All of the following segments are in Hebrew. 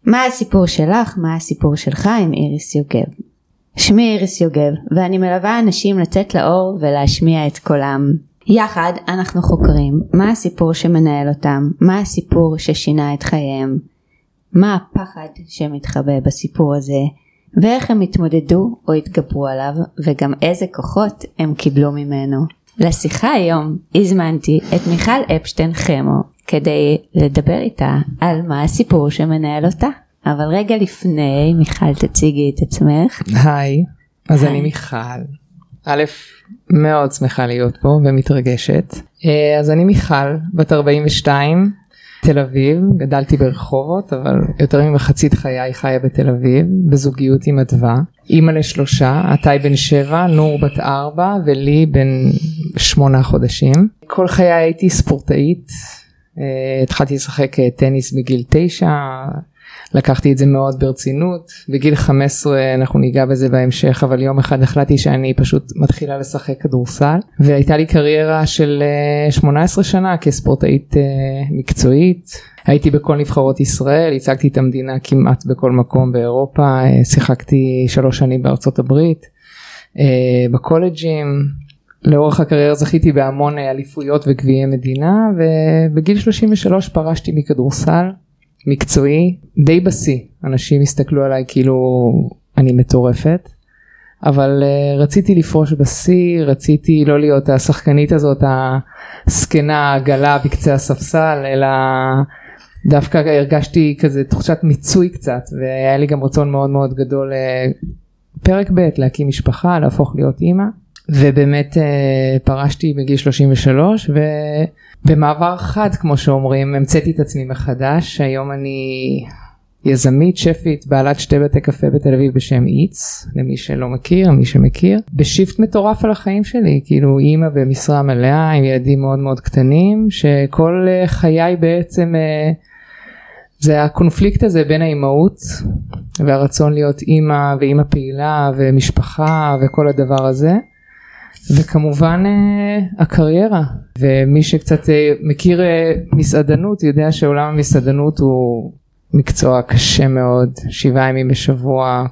מה הסיפור שלך? מה הסיפור שלך עם איריס יוגב? שמי איריס יוגב, ואני מלווה אנשים לצאת לאור ולהשמיע את קולם. יחד אנחנו חוקרים מה הסיפור שמנהל אותם, מה הסיפור ששינה את חייהם, מה הפחד שמתחבא בסיפור הזה, ואיך הם התמודדו או התגברו עליו, וגם איזה כוחות הם קיבלו ממנו. לשיחה היום הזמנתי את מיכל אפשטיין חמו, כדי לדבר איתה על מה הסיפור שמנהל אותה. אבל רגע לפני, מיכל תציגי את עצמך. היי, אז אני מיכל. א', מאוד שמחה להיות פה ומתרגשת. אז אני מיכל, בת 42, תל אביב, גדלתי ברחובות, אבל יותר ממחצית חיי חיה בתל אביב, בזוגיות עם אדווה. אימא ל3, עתאי בן 7, נור בת 4 ולי בן 8 חודשים. כל חיי הייתי ספורטאית, התחלתי לשחק טניס בגיל 9, לקחתי את זה מאוד ברצינות, בגיל 15 אנחנו ניגע בזה בהמשך, אבל יום אחד החלטתי שאני פשוט מתחילה לשחק כדורסל, והייתה לי קריירה של 18 שנה כספורטאית מקצועית, הייתי בכל נבחרות ישראל, ייצגתי את המדינה כמעט בכל מקום באירופה, שיחקתי 3 שנים בארצות הברית, בקולג'ים, לאורך הקריירה זכיתי בהמון אליפויות וגביעי מדינה, ובגיל 33 פרשתי מכדורסל, מקצועי, די בשיא, אנשים הסתכלו עליי כאילו אני מטורפת, אבל רציתי לפרוש בשיא, רציתי לא להיות השחקנית הזאת, הסקנה העגלה בקצה הספסל, אלא דווקא הרגשתי כזה תחושת מיצוי קצת, והיה לי גם רצון מאוד מאוד גדול, פרק ב' להקים משפחה, להפוך להיות אימא, ובאמת פרשתי בגיל 33, במעבר חד, כמו שאומרים, המצאתי את עצמי מחדש. היום אני יזמית, שפית, בעלת 2 בתי קפה בתל אביב בשם איץ, למי שלא מכיר, מי שמכיר. בשיפט מטורף על החיים שלי, כאילו אימא במשרה מלאה, עם ילדים מאוד מאוד קטנים, שכל חיי בעצם, זה הקונפליקט הזה בין האימהות, והרצון להיות אימא ואימא פעילה, ומשפחה וכל הדבר הזה. וכמובן הקריירה, ומי שקצת מכיר מסעדנות יודע שעולם המסעדנות הוא מקצוע קשה מאוד, 7 ימים בשבוע,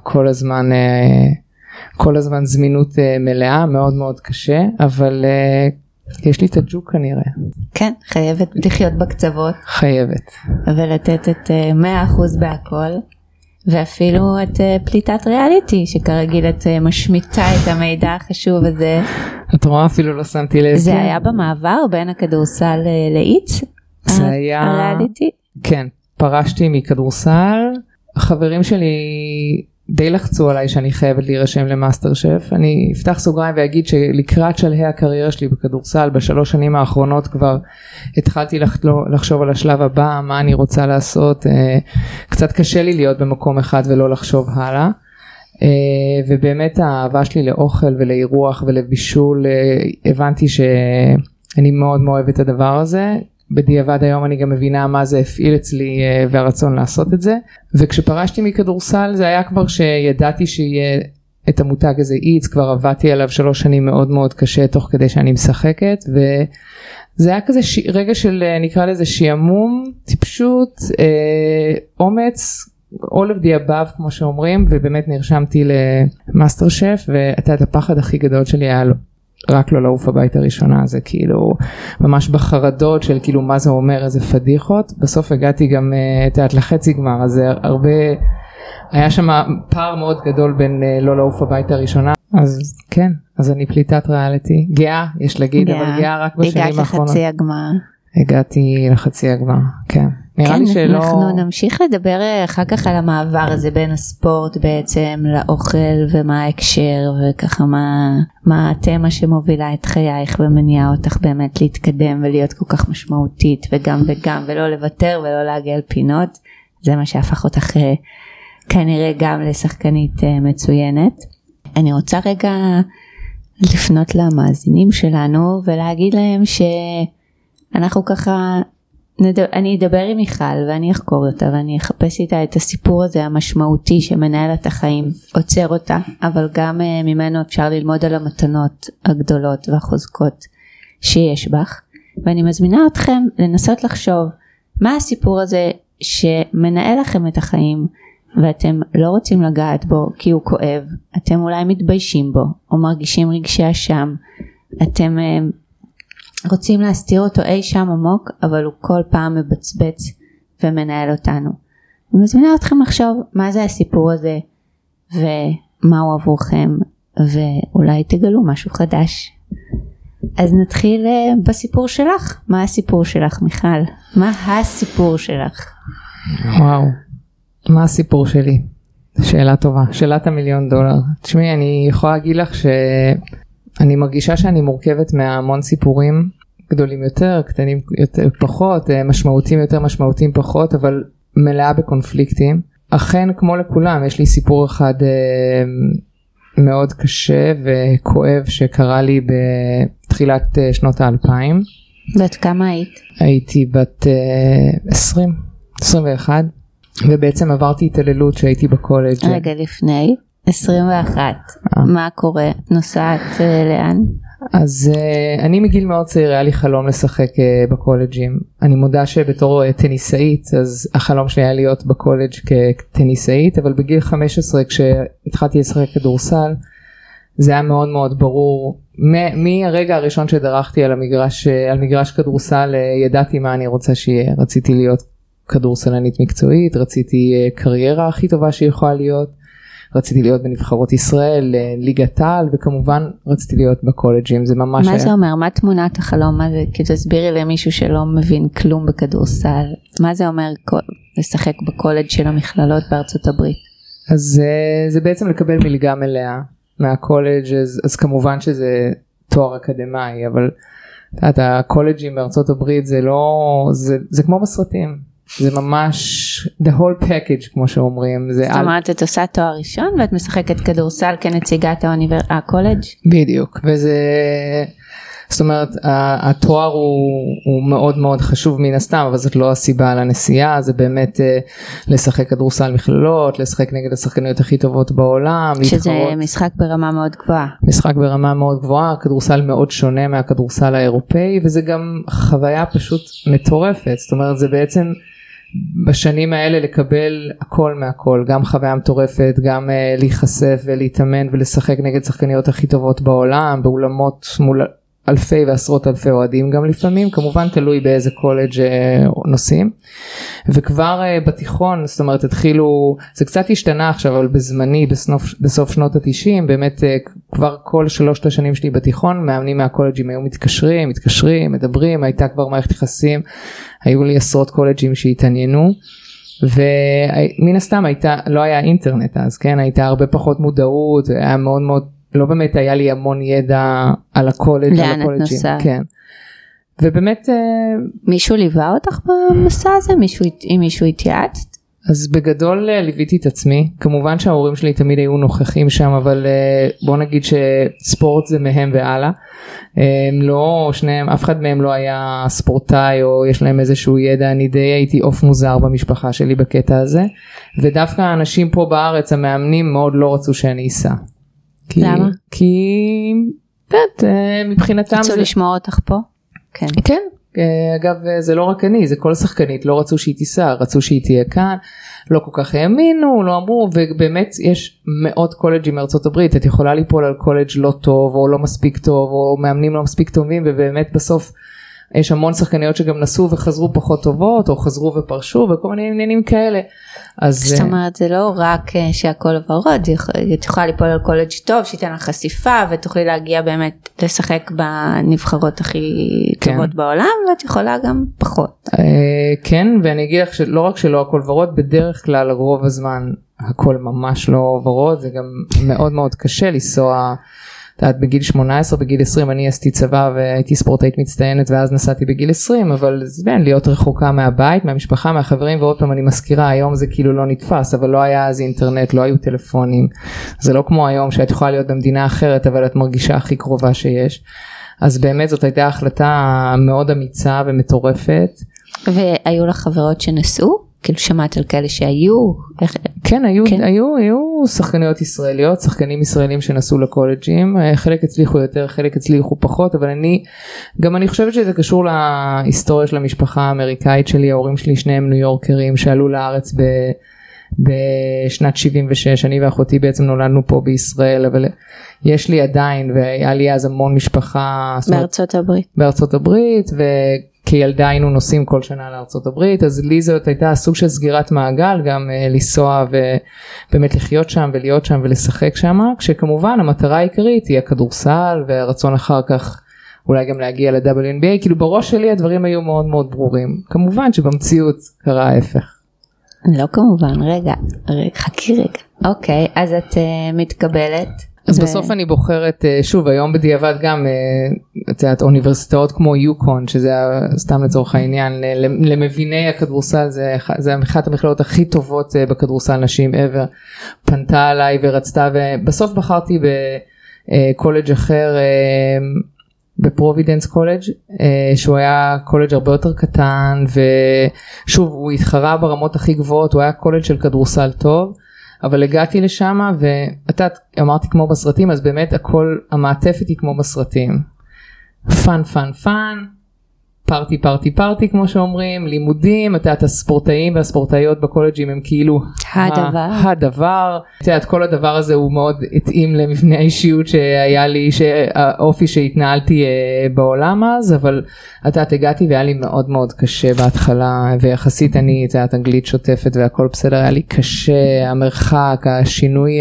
כל הזמן זמינות מלאה, מאוד מאוד קשה, אבל יש לי את הג'וק כנראה. כן, חייבת לחיות בקצוות. חייבת. ולתת את 100% בהכל. ואפילו את פליטת ריאליטי, שכרגיל את משמיטה את המידע החשוב הזה. את רואה, אפילו לא שמתי לב. זה היה במעבר בין הכדורסל לאיץ? זה היה... הריאליטי? כן, פרשתי מכדורסל. החברים שלי די לחצו עליי שאני חייבת להירשם למאסטר שף. אני אפתח סוגריים ואגיד שלקראת שלהי הקריירה שלי בכדורסל, ב3 שנים האחרונות כבר התחלתי לחשוב על השלב הבא, מה אני רוצה לעשות. קצת קשה לי להיות במקום אחד ולא לחשוב הלאה. ובאמת האהבה שלי לאוכל ולאירוח ולבישול, הבנתי שאני מאוד מאוד אוהב את הדבר הזה. בדיעבד היום אני גם מבינה מה זה הפעיל אצלי והרצון לעשות את זה. וכשפרשתי מכדורסל זה היה כבר שידעתי שיהיה את המותג הזה איץ, כבר עבדתי עליו 3 שנים מאוד מאוד קשה תוך כדי שאני משחקת, וזה היה כזה רגע של נקרא לזה שיעמום, טיפשות, אומץ, all of the above כמו שאומרים, ובאמת נרשמתי למאסטר שף, ואתה את הפחד הכי גדול שלי היה רק לא לעוף הביתה ראשונה, זה כאילו ממש בחרדות של כאילו מה זה אומר, איזה פדיחות. בסוף הגעתי גם לחצי גמר, אז הרבה, היה שם פער מאוד גדול בין לא לעוף הביתה ראשונה. אז כן, אז אני פליטת ריאליטי, גאה יש להגיד, אבל גאה רק בשנים האחרונות. הגעת לחצי הגמר. הגעתי לחצי הגמר, כן. כן, אנחנו נמשיך לדבר אחר כך על המעבר הזה בין הספורט בעצם לאוכל, ומה ההקשר, וככה מה התמה שמובילה את חייך ומניעה אותך באמת להתקדם ולהיות כל כך משמעותית, וגם ולא לוותר ולא להגל פינות. זה מה שהפך אותך כנראה גם לשחקנית מצוינת. אני רוצה רגע לפנות למאזינים שלנו ולהגיד להם שאנחנו ככה, אני אדבר עם מיכל ואני אחקור אותה ואני אחפש איתה את הסיפור הזה המשמעותי שמנהל את החיים, עוצר אותה, אבל גם ממנו אפשר ללמוד על המתנות הגדולות והחוזקות שיש בך. ואני מזמינה אתכם לנסות לחשוב מה הסיפור הזה שמנהל לכם את החיים, ואתם לא רוצים לגעת בו כי הוא כואב, אתם אולי מתביישים בו, או מרגישים רגשי אשם, אתם רוצים להסתיר אותו אי שם עמוק, אבל הוא כל פעם מבצבץ ומנהל אותנו. אני מזמינה אתכם לחשוב מה זה הסיפור הזה, ומה הוא עבורכם, ואולי תגלו משהו חדש. אז נתחיל בסיפור שלך. מה הסיפור שלך, מיכל? מה הסיפור שלך? וואו, מה הסיפור שלי? שאלה טובה, שאלת $1,000,000. תשמעי, אני יכולה להגיד לך שאני מרגישה שאני מורכבת מהמון סיפורים, גדולים יותר, קטנים יותר פחות, משמעותיים יותר, משמעותיים פחות, אבל מלאה בקונפליקטים. אכן, כמו לכולם, יש לי סיפור אחד מאוד קשה וכואב שקרה לי בתחילת שנות ה-2000. בת כמה היית? הייתי בת 21, ובעצם עברתי התעללות שהייתי בקולג'. רגע לפני, 21. מה קורה? נוסעת לאן? אז אני מגיל מאוד צעיר היה לי חלום לשחק בקולג'ים. אני מודה שבתור טניסאית, אז החלום שלי היה להיות בקולג' כטניסאית, אבל בגיל 15 כשהתחלתי לשחק כדורסל, זה היה מאוד מאוד ברור. מהרגע הראשון שדרכתי על מגרש כדורסל, ידעתי מה אני רוצה שיהיה. רציתי להיות כדורסלנית מקצועית, רציתי קריירה הכי טובה שיכולה להיות, רציתי להיות בנבחרות ישראל, ליגת העל, וכמובן רציתי להיות בקולג'ים. זה ממש מה היה... זה אומר? מה תמונת החלום? מה זה? כי תסבירי למישהו שלא מבין כלום בכדורסל. מה זה אומר לשחק בקולג' של המכללות בארצות הברית? אז זה בעצם לקבל מלגה מלאה מהקולג', אז כמובן שזה תואר אקדמי, אבל הקולג'ים בארצות הברית זה לא, זה כמו בסרטים. זה ממש the whole package כמו שאומרים. זאת אומרת, את עושה תואר ראשון ואת משחקת כדורסל כנציגת הקולג'? בדיוק, וזה, זאת אומרת, התואר הוא מאוד מאוד חשוב מן הסתם, אבל זאת לא הסיבה לנסיעה, זה באמת לשחק כדורסל מכללות, לשחק נגד השחקניות הכי טובות בעולם. שזה משחק ברמה מאוד גבוהה. משחק ברמה מאוד גבוהה, כדורסל מאוד שונה מהכדורסל האירופאי, וזה גם חוויה פשוט מטורפת, זאת אומרת, זה בעצם... בשנים האלה לקבל הכל מהכל, גם חוויה מטורפת, גם להיחשף ולהתאמן ולשחק נגד שחקניות הכי טובות בעולם, באולמות מול אלפי ועשרות אלפי אוהדים גם לפעמים, כמובן תלוי באיזה קולג' נוסעים, וכבר בתיכון, זאת אומרת התחילו, זה קצת השתנה עכשיו, אבל בזמני, בסוף שנות ה-90, באמת כבר כל 3 השנים שלי בתיכון, מאמנים מהקולג'ים היו מתקשרים, מדברים, הייתה כבר מערכת יחסים, היו לי עשרות קולג'ים שהתעניינו, ומן הסתם לא היה אינטרנט אז, כן, הייתה הרבה פחות מודעות, היה מאוד מאוד, לא באמת היה לי המון ידע על הקולג', לאן את נוסעת? כן. ובאמת... מישהו ליווה אותך במסע הזה? עם מישהו התייעצת? אז בגדול ליוויתי את עצמי, כמובן שההורים שלי תמיד היו נוכחים שם, אבל בוא נגיד שספורט זה מהם והלאה, לא, שניהם, אף אחד מהם לא היה ספורטאי או יש להם איזשהו ידע, אני די הייתי עוף מוזר במשפחה שלי בקטע הזה, ודווקא האנשים פה בארץ, המאמנים מאוד לא רצו שאני אסע. למה? כי מבחינתם... רצו לשמור אותך פה? כן. כן. אגב, זה לא רק אני, זה כל שחקנית, לא רצו שהיא תיסע, רצו שהיא תהיה כאן, לא כל כך האמינו, לא אמרו, ובאמת יש מאות קולג'ים מארצות הברית, את יכולה ליפול על קולג' לא טוב, או לא מספיק טוב, או מאמנים לא מספיק טובים, ובאמת בסוף יש המון שחקניות שגם נסעו וחזרו פחות טובות, או חזרו ופרשו, וכל מיני עניינים כאלה. זאת אומרת, זה לא רק שהכל ורוד, את יכולה ליפול על קולג' טוב, שייתן לך חשיפה, ותוכלי להגיע באמת לשחק בנבחרות הכי טובות בעולם, ואת יכולה גם פחות. כן, ואני אגיד לך שלא רק שלא הכל ורוד, בדרך כלל רוב הזמן הכל ממש לא ורוד, זה גם מאוד מאוד קשה לנסוע, בגיל 18, בגיל 20 אני עשיתי צבא והייתי ספורטאית מצטיינת ואז נסעתי בגיל 20, אבל זה בין להיות רחוקה מהבית, מהמשפחה, מהחברים, ועוד פעם אני מזכירה, היום זה כאילו לא נתפס, אבל לא היה אז אינטרנט, לא היו טלפונים, זה לא כמו היום שאת יכולה להיות במדינה אחרת, אבל את מרגישה הכי קרובה שיש, אז באמת זאת הייתה החלטה מאוד אמיצה ומטורפת. והיו לך חברות שנסעו? כאילו שמעת על כאלה שהיו? כן, היו שחקניות ישראליות, שחקנים ישראלים שנסעו לקולג'ים, חלק הצליחו יותר, חלק הצליחו פחות, אבל אני חושבת שזה קשור להיסטוריה של המשפחה האמריקאית שלי, ההורים שלי שניהם ניו יורקרים שעלו לארץ בשנת 76, אני ואחותי בעצם נולדנו פה בישראל, אבל יש לי עדיין, והיה לי אז המון משפחה בארצות הברית, וכילדה היינו נוסעים כל שנה לארצות הברית, אז לי זאת הייתה סוג של סגירת מעגל, גם לנסוע ובאמת לחיות שם ולהיות שם ולשחק שם, כשכמובן המטרה העיקרית היא הכדורסל, והרצון אחר כך אולי גם להגיע ל-WNBA, כאילו בראש שלי הדברים היו מאוד מאוד ברורים, כמובן שבמציאות קרה ההפך. לא כמובן, רגע, חכי רגע. אוקיי, אז את מתקבלת. אז בסוף אני בוחרת, שוב, היום בדיעבד גם, את אוניברסיטאות כמו יוקון, שזה סתם לצורך העניין, למביני הכדורסל, זה אחת המכללות הכי טובות בכדורסל נשים ever, פנתה עליי ורצתה, ובסוף בחרתי בקולג' אחר, בפרובידנס קולג', שהוא היה קולג' הרבה יותר קטן, ושוב הוא התחרה ברמות הכי גבוהות, הוא היה קולג' של כדורסל טוב, אבל הגעתי לשם ואתה אמרתי כמו בסרטים, אז באמת הכל, המעטפת היא כמו בסרטים, פן פן פן, פארטי כמו שאומרים, לימודים, את הספורטאים והספורטאיות בקולג'ים הם כאילו הדבר, את כל הדבר הזה הוא מאוד התאים למבנה האישיות שהיה לי, האופי שהתנהלתי בעולם אז, אבל הגעתי והיה לי מאוד מאוד קשה בהתחלה, ויחסית אני אנגלית שוטפת והכל בסדר, היה לי קשה, המרחק, השינוי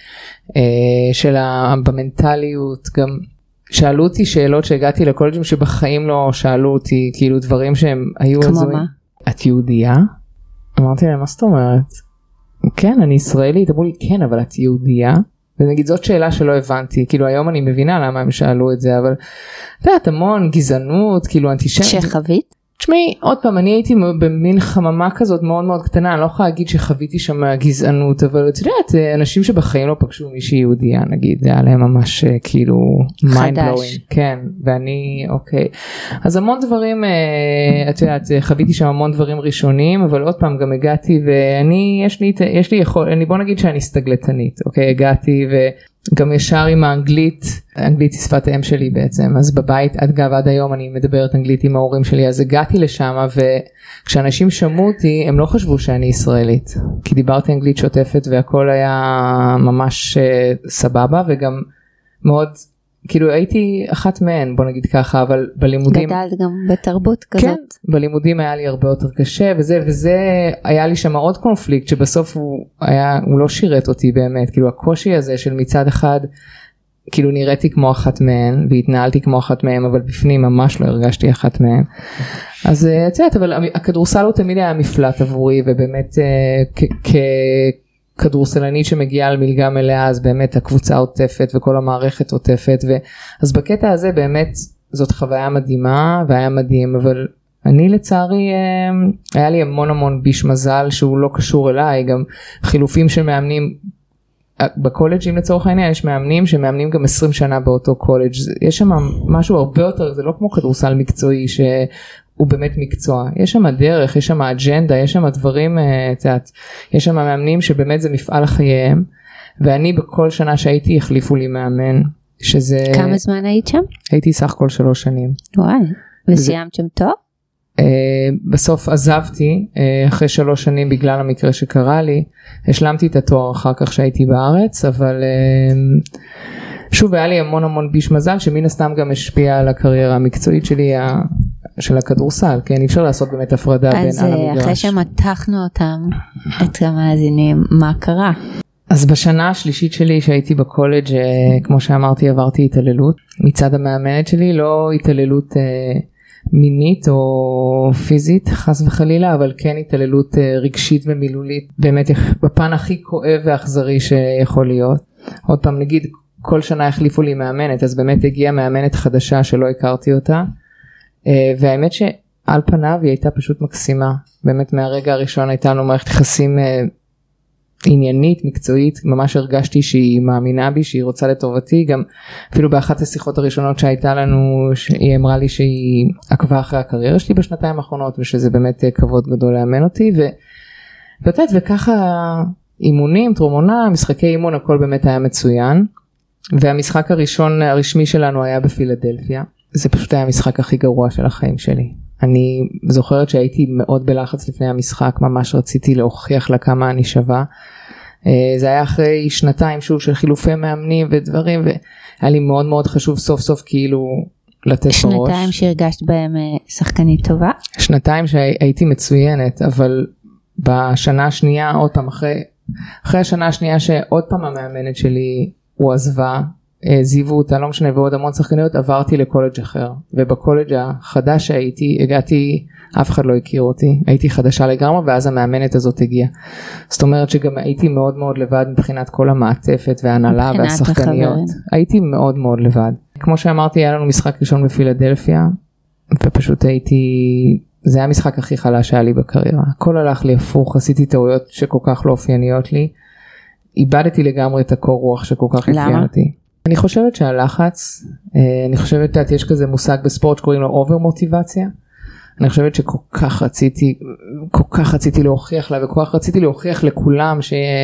במנטליות, גם שאלו אותי שאלות שהגעתי לקולג'ים שבחיים לא שאלו אותי, כאילו דברים שהם היו... כמו מה? את יהודייה? אמרתי להם, מה זאת אומרת? כן, אני ישראלית, אמרו לי, כן, אבל את יהודייה? ונגיד, זאת שאלה שלא הבנתי, כאילו היום אני מבינה למה הם שאלו את זה, אבל את יודעת, המון גזענות, כאילו אנטישמיות. שחווית? תשמעי, עוד פעם, אני הייתי במין חממה כזאת מאוד מאוד קטנה, אני לא יכולה להגיד שחוויתי שם גזענות, אבל את יודעת, אנשים שבחיים לא פגשו מישהי יהודייה, נגיד, זה היה להם ממש כאילו mind blowing, כן, ואני, אוקיי, אז המון דברים, את יודעת, חוויתי שם המון דברים ראשונים, אבל עוד פעם גם הגעתי, ואני, יש לי יכול, בוא נגיד שאני סטגלטנית, אוקיי, הגעתי גם ישר עם האנגלית היא שפת האם שלי בעצם, אז בבית עד היום אני מדברת אנגלית עם ההורים שלי, אז הגעתי לשם, וכשאנשים שמעו אותי הם לא חשבו שאני ישראלית, כי דיברתי אנגלית שוטפת והכל היה ממש סבבה, וגם מאוד, כאילו הייתי אחת מהן, בוא נגיד ככה, אבל בלימודים... גדלת גם בתרבות כזאת. כן, בלימודים היה לי הרבה יותר קשה, וזה היה לי שם עוד קונפליקט, שבסוף הוא לא שירת אותי באמת, כאילו הקושי הזה של מצד אחד, כאילו נראיתי כמו אחת מהן, והתנהלתי כמו אחת מהן, אבל בפנים ממש לא הרגשתי אחת מהן. אז את יודעת, אבל הכדורסל הוא תמיד היה מפלט עבורי, ובאמת כדורסלנית שמגיעה על מלגה מלאה, אז באמת הקבוצה עוטפת וכל המערכת עוטפת, אז בקטע הזה באמת זאת חוויה מדהימה והיה מדהים, אבל אני לצערי היה לי המון ביש מזל שהוא לא קשור אליי, גם חילופים של מאמנים בקולג'ים לצורך העניין, יש מאמנים שמאמנים גם 20 שנה באותו קולג', יש שם משהו הרבה יותר, זה לא כמו כדורסל מקצועי הוא באמת מקצוע, יש שם דרך, יש שם אג'נדה, יש שם דברים, יש שם מאמנים שבאמת זה מפעל לחייהם, ואני בכל שנה שהייתי החליפו לי מאמן, שזה... כמה זמן היית שם? הייתי סך כל 3 שנים. וואי, וסיימת שם טוב? בסוף עזבתי, אחרי 3 שנים בגלל המקרה שקרה לי, השלמתי את התואר אחר כך שהייתי בארץ, אבל... שוב, היה לי המון ביש מזל, שמן הסתם גם השפיע על הקריירה המקצועית שלי, של הכדורסל, כן, אי אפשר לעשות באמת הפרדה בין על המגרש. אז אחרי שמתחנו אותם, את המאזינים, מה קרה? אז בשנה השלישית שלי שהייתי בקולג', כמו שאמרתי, עברתי התעללות, מצד המאמנת שלי, לא התעללות מינית או פיזית, חס וחלילה, אבל כן התעללות רגשית ומילולית, באמת בפן הכי כואב ואכזרי שיכול להיות. עוד פעם נגיד, כל שנה החליפו לי מאמנת, אז באמת הגיעה מאמנת חדשה שלא הכרתי אותה, והאמת שעל פניו היא הייתה פשוט מקסימה, באמת מהרגע הראשון הייתה לנו מערכת יחסים עניינית, מקצועית, ממש הרגשתי שהיא מאמינה בי, שהיא רוצה לטובתי, גם אפילו באחת השיחות הראשונות שהייתה לנו, היא אמרה לי שהיא עקבה אחרי הקריירה שלי בשנתיים האחרונות, ושזה באמת כבוד גדול לאמן אותי, וככה אימונים, טרומונה, משחקי אימון, הכל באמת היה מצוין, והמשחק הראשון הרשמי שלנו היה בפילדלפיה, זה פשוט היה המשחק הכי גרוע של החיים שלי. אני זוכרת שהייתי מאוד בלחץ לפני המשחק, ממש רציתי להוכיח לה כמה אני שווה, זה היה אחרי שנתיים שוב של חילופי מאמנים ודברים, והיה לי מאוד מאוד חשוב סוף סוף כאילו לתת בראש. שנתיים שהרגשת בהם שחקנית טובה? שנתיים שהייתי מצוינת, אבל בשנה השנייה, עוד פעם אחרי השנה השנייה שעוד פעם המאמנת שלי הוא עזבה, זיוו אותה, לא משנה, ועוד המון שחקניות, עברתי לקולג' אחר, ובקולג' החדש שהייתי, הגעתי, אף אחד לא הכיר אותי, הייתי חדשה לגמרי, ואז המאמנת הזאת הגיעה. זאת אומרת שגם הייתי מאוד מאוד לבד מבחינת כל המעטפת וההנהלה והשחקניות. הייתי מאוד מאוד לבד. כמו שאמרתי, היה לנו משחק ראשון בפילדלפיה, ופשוט זה היה המשחק הכי חלש שהיה לי בקריירה. הכל הלך לי הפוך, עשיתי טעויות שכל כך לא אופייניות לי, איבדתי לגמרי את הקור רוח שכל כך אפיין אותי. אני חושבת שהלחץ, אני חושבת, יש כזה מושג בספורט שקוראים לו אובר מוטיבציה, אני חושבת שכל כך רציתי להוכיח לה, וכל כך רציתי להוכיח לכולם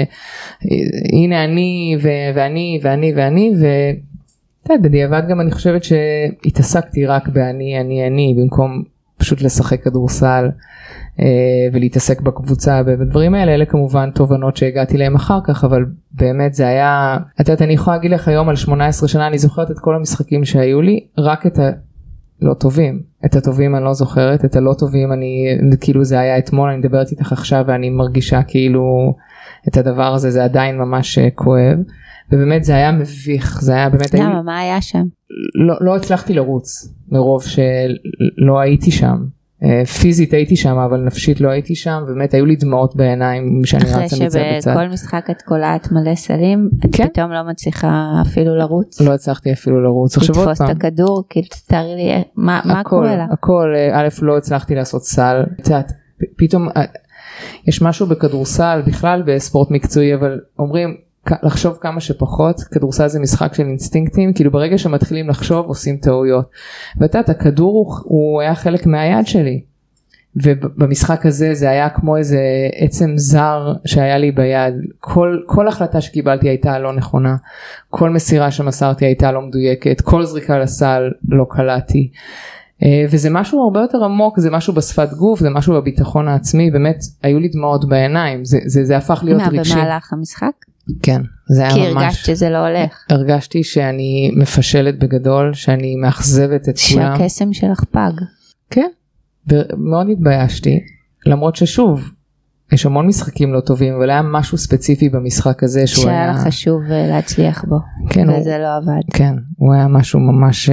שהנה אני ואני, ובדיעבד גם אני חושבת שהתעסקתי רק באני, במקום פשוט לשחק כדורסל, ולהתעסק בקבוצה בדברים האלה. אלה כמובן תובנות שהגעתי להם אחר כך, אבל באמת זה היה, אני יכולה להגיד לך היום על 18 שנה, אני זוכרת את כל המשחקים שהיו לי, רק את הלא טובים, את הטובים אני לא זוכרת, את הלא טובים כאילו זה היה אתמול, אני מדברת איתך עכשיו ואני מרגישה כאילו את הדבר הזה, זה עדיין ממש כואב, ובאמת זה היה מביך, זה היה באמת... למה? מה היה שם? לא הצלחתי לרוץ, מרוב שלא הייתי שם. פיזית הייתי שם, אבל נפשית לא הייתי שם, ובאמת היו לי דמעות בעיניים שאני רצה מצד בצד. אחרי שבכל משחק את קולעת מלא סלים, את פתאום לא מצליחה אפילו לרוץ. לא הצלחתי אפילו לרוץ. לתפוס את הכדור, כאילו תתארי לי, מה קורה לה? הכל, א', לא הצלחתי לעשות סל, פתאום יש משהו בכדורסל, בכלל בספורט מקצועי, אבל אומרים, לחשוב כמה שפחות, כדורסל זה משחק של אינסטינקטים, כאילו ברגע שמתחילים לחשוב עושים טעויות, הכדור הוא היה חלק מהיד שלי, ובמשחק הזה זה היה כמו איזה עצם זר שהיה לי ביד, כל החלטה שקיבלתי הייתה לא נכונה, כל מסירה שמסרתי הייתה לא מדויקת, כל זריקה לסל לא קלעתי, וזה משהו הרבה יותר עמוק, זה משהו בשפת גוף, זה משהו בביטחון העצמי, באמת היו לי דמעות בעיניים, זה הפך להיות רגשי. במהלך המשחק? כן, זה היה ממש... כי הרגשת שזה לא הולך. הרגשתי שאני מפשלת בגדול, שאני מאכזבת את כולם. שהקסם שלך פג. כן, ומאוד התביישתי, למרות ששוב, יש המון משחקים לא טובים, אבל היה משהו ספציפי במשחק הזה שהוא היה... שהיה לך חשוב להצליח בו, כן, וזה לא עבד. כן, הוא היה משהו ממש...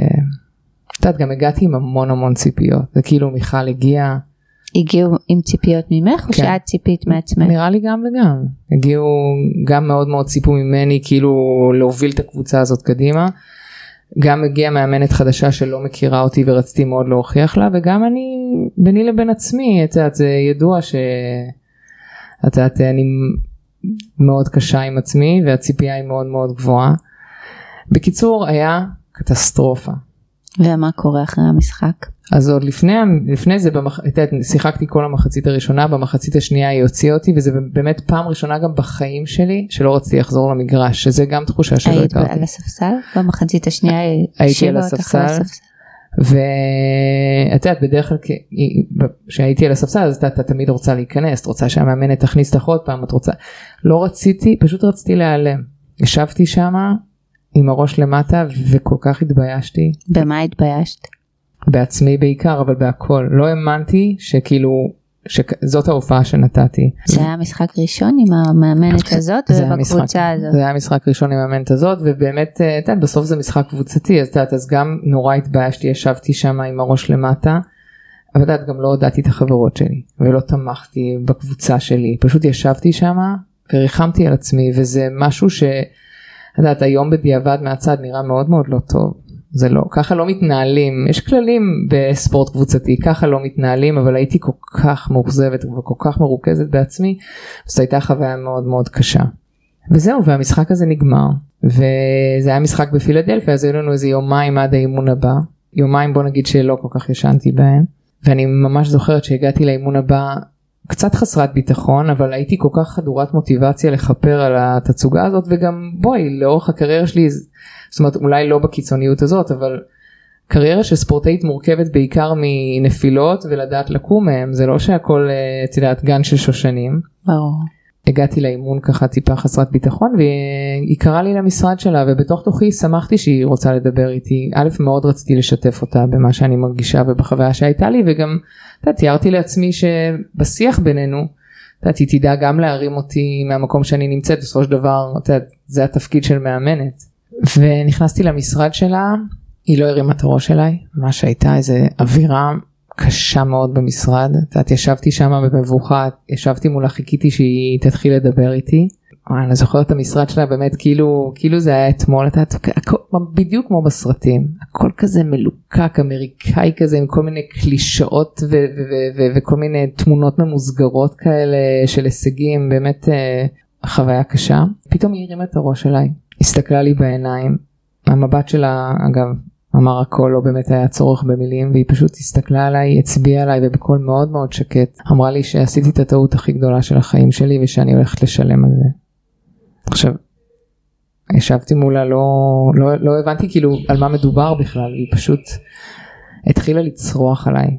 גם הגעתי עם המון ציפיות, זה כאילו מיכל הגיעו עם ציפיות ממך, או שאת ציפית מעצמך? נראה לי גם וגם. הגיעו גם מאוד מאוד ציפו ממני, כאילו להוביל את הקבוצה הזאת קדימה. גם הגיעה מאמנת חדשה שלא מכירה אותי ורציתי מאוד להוכיח לה, וגם אני, ביני לבין עצמי, זה ידוע אני מאוד קשה עם עצמי, והציפייה היא מאוד מאוד גבוהה. בקיצור, היה קטסטרופה. ומה קורה אחרי המשחק? אז עוד לפני זה, שיחקתי כל המחצית הראשונה, במחצית השנייה היא הוציאה אותי, וזה באמת פעם ראשונה גם בחיים שלי, שלא רציתי לחזור למגרש, שזה גם תחושה שלא הכרתי. היית על הספסל? במחצית השנייה הייתי על הספסל, ואת יודעת, בדרך כלל כשהייתי על הספסל, אז אתה תמיד רוצה להיכנס, אתה רוצה שהמאמנת תכניס לך עוד פעם, את רוצה, לא רציתי, פשוט רציתי להיעלם. ישבתי שמה עם הראש למטה, וכל כך התביישתי. במה התביישת? בעצמי בעיקר, אבל בהכל. לא האמנתי שכאילו, שזאת ההופעה שנתתי. זה היה משחק ראשון עם המאמנת הזאת ובקבוצה הזאת. זה היה משחק ראשון עם המאמנת הזאת, ובאמת, בסוף זה משחק קבוצתי, אז גם נורא התביישתי, ישבתי שם עם הראש למטה, אבל גם לא הודעתי את החברות שלי, ולא תמכתי בקבוצה שלי, פשוט ישבתי שם, וריחמתי על עצמי, וזה משהו היום בדיעבד מהצד נראה מאוד מאוד לא טוב. זה לא, ככה לא מתנהלים, יש כללים בספורט קבוצתי, ככה לא מתנהלים, אבל הייתי כל כך מאוכזבת וכל כך מרוכזת בעצמי, זאת הייתה חוויה מאוד מאוד קשה. וזהו, והמשחק הזה נגמר, וזה היה משחק בפילדלפיה, אז היו לנו איזה יומיים עד האימון הבא, יומיים בוא נגיד שלא כל כך ישנתי בהן, ואני ממש זוכרת שהגעתי לאימון הבא, קצת חסרת ביטחון, אבל הייתי כל כך חדורת מוטיבציה לחפר על התצוגה הזאת, וגם בואי, לאורך הקריירה שלי, זאת אומרת אולי לא בקיצוניות הזאת, אבל קריירה של ספורטאית מורכבת בעיקר מנפילות ולדעת לקום מהם, זה לא שהכל, את יודעת, גן של שושנים. ברור. הגעתי לאימון ככה טיפה חסרת ביטחון, והיא קראה לי למשרד שלה, ובתוך תוכי שמחתי שהיא רוצה לדבר איתי. א', מאוד רציתי לשתף אותה במה שאני מרגישה ובחוויה שהייתה לי, וגם תיארתי לעצמי שבשיח בינינו, היא תדע גם להרים אותי מהמקום שאני נמצאת, בסופו של דבר, זה התפקיד של מאמנת. ונכנסתי למשרד שלה, היא לא הרימה את הראש אליי, מה שהייתה איזה אווירה קשה מאוד במשרד, ישבתי שם במבוכה, ישבתי מולה, חיכיתי שהיא תתחיל לדבר איתי, אני זוכרת את המשרד שלה באמת כאילו זה היה אתמול, בדיוק כמו בסרטים, הכל כזה מלוקק, אמריקאי כזה, עם כל מיני קלישאות וכל מיני תמונות ממוסגרות כאלה של הישגים, באמת חוויה קשה. פתאום היא הרימה את הראש אליי, הסתכלה לי בעיניים, המבט שלה אגב, אמר הכל, לא באמת היה צורך במילים, והיא פשוט הסתכלה עליי, הצביעה עליי, ובקול מאוד מאוד שקט, אמרה לי שעשיתי את הטעות הכי גדולה של החיים שלי, ושאני הולכת לשלם על זה. עכשיו, ישבתי מולה, לא הבנתי כאילו על מה מדובר בכלל, היא פשוט התחילה לצרוח עליי,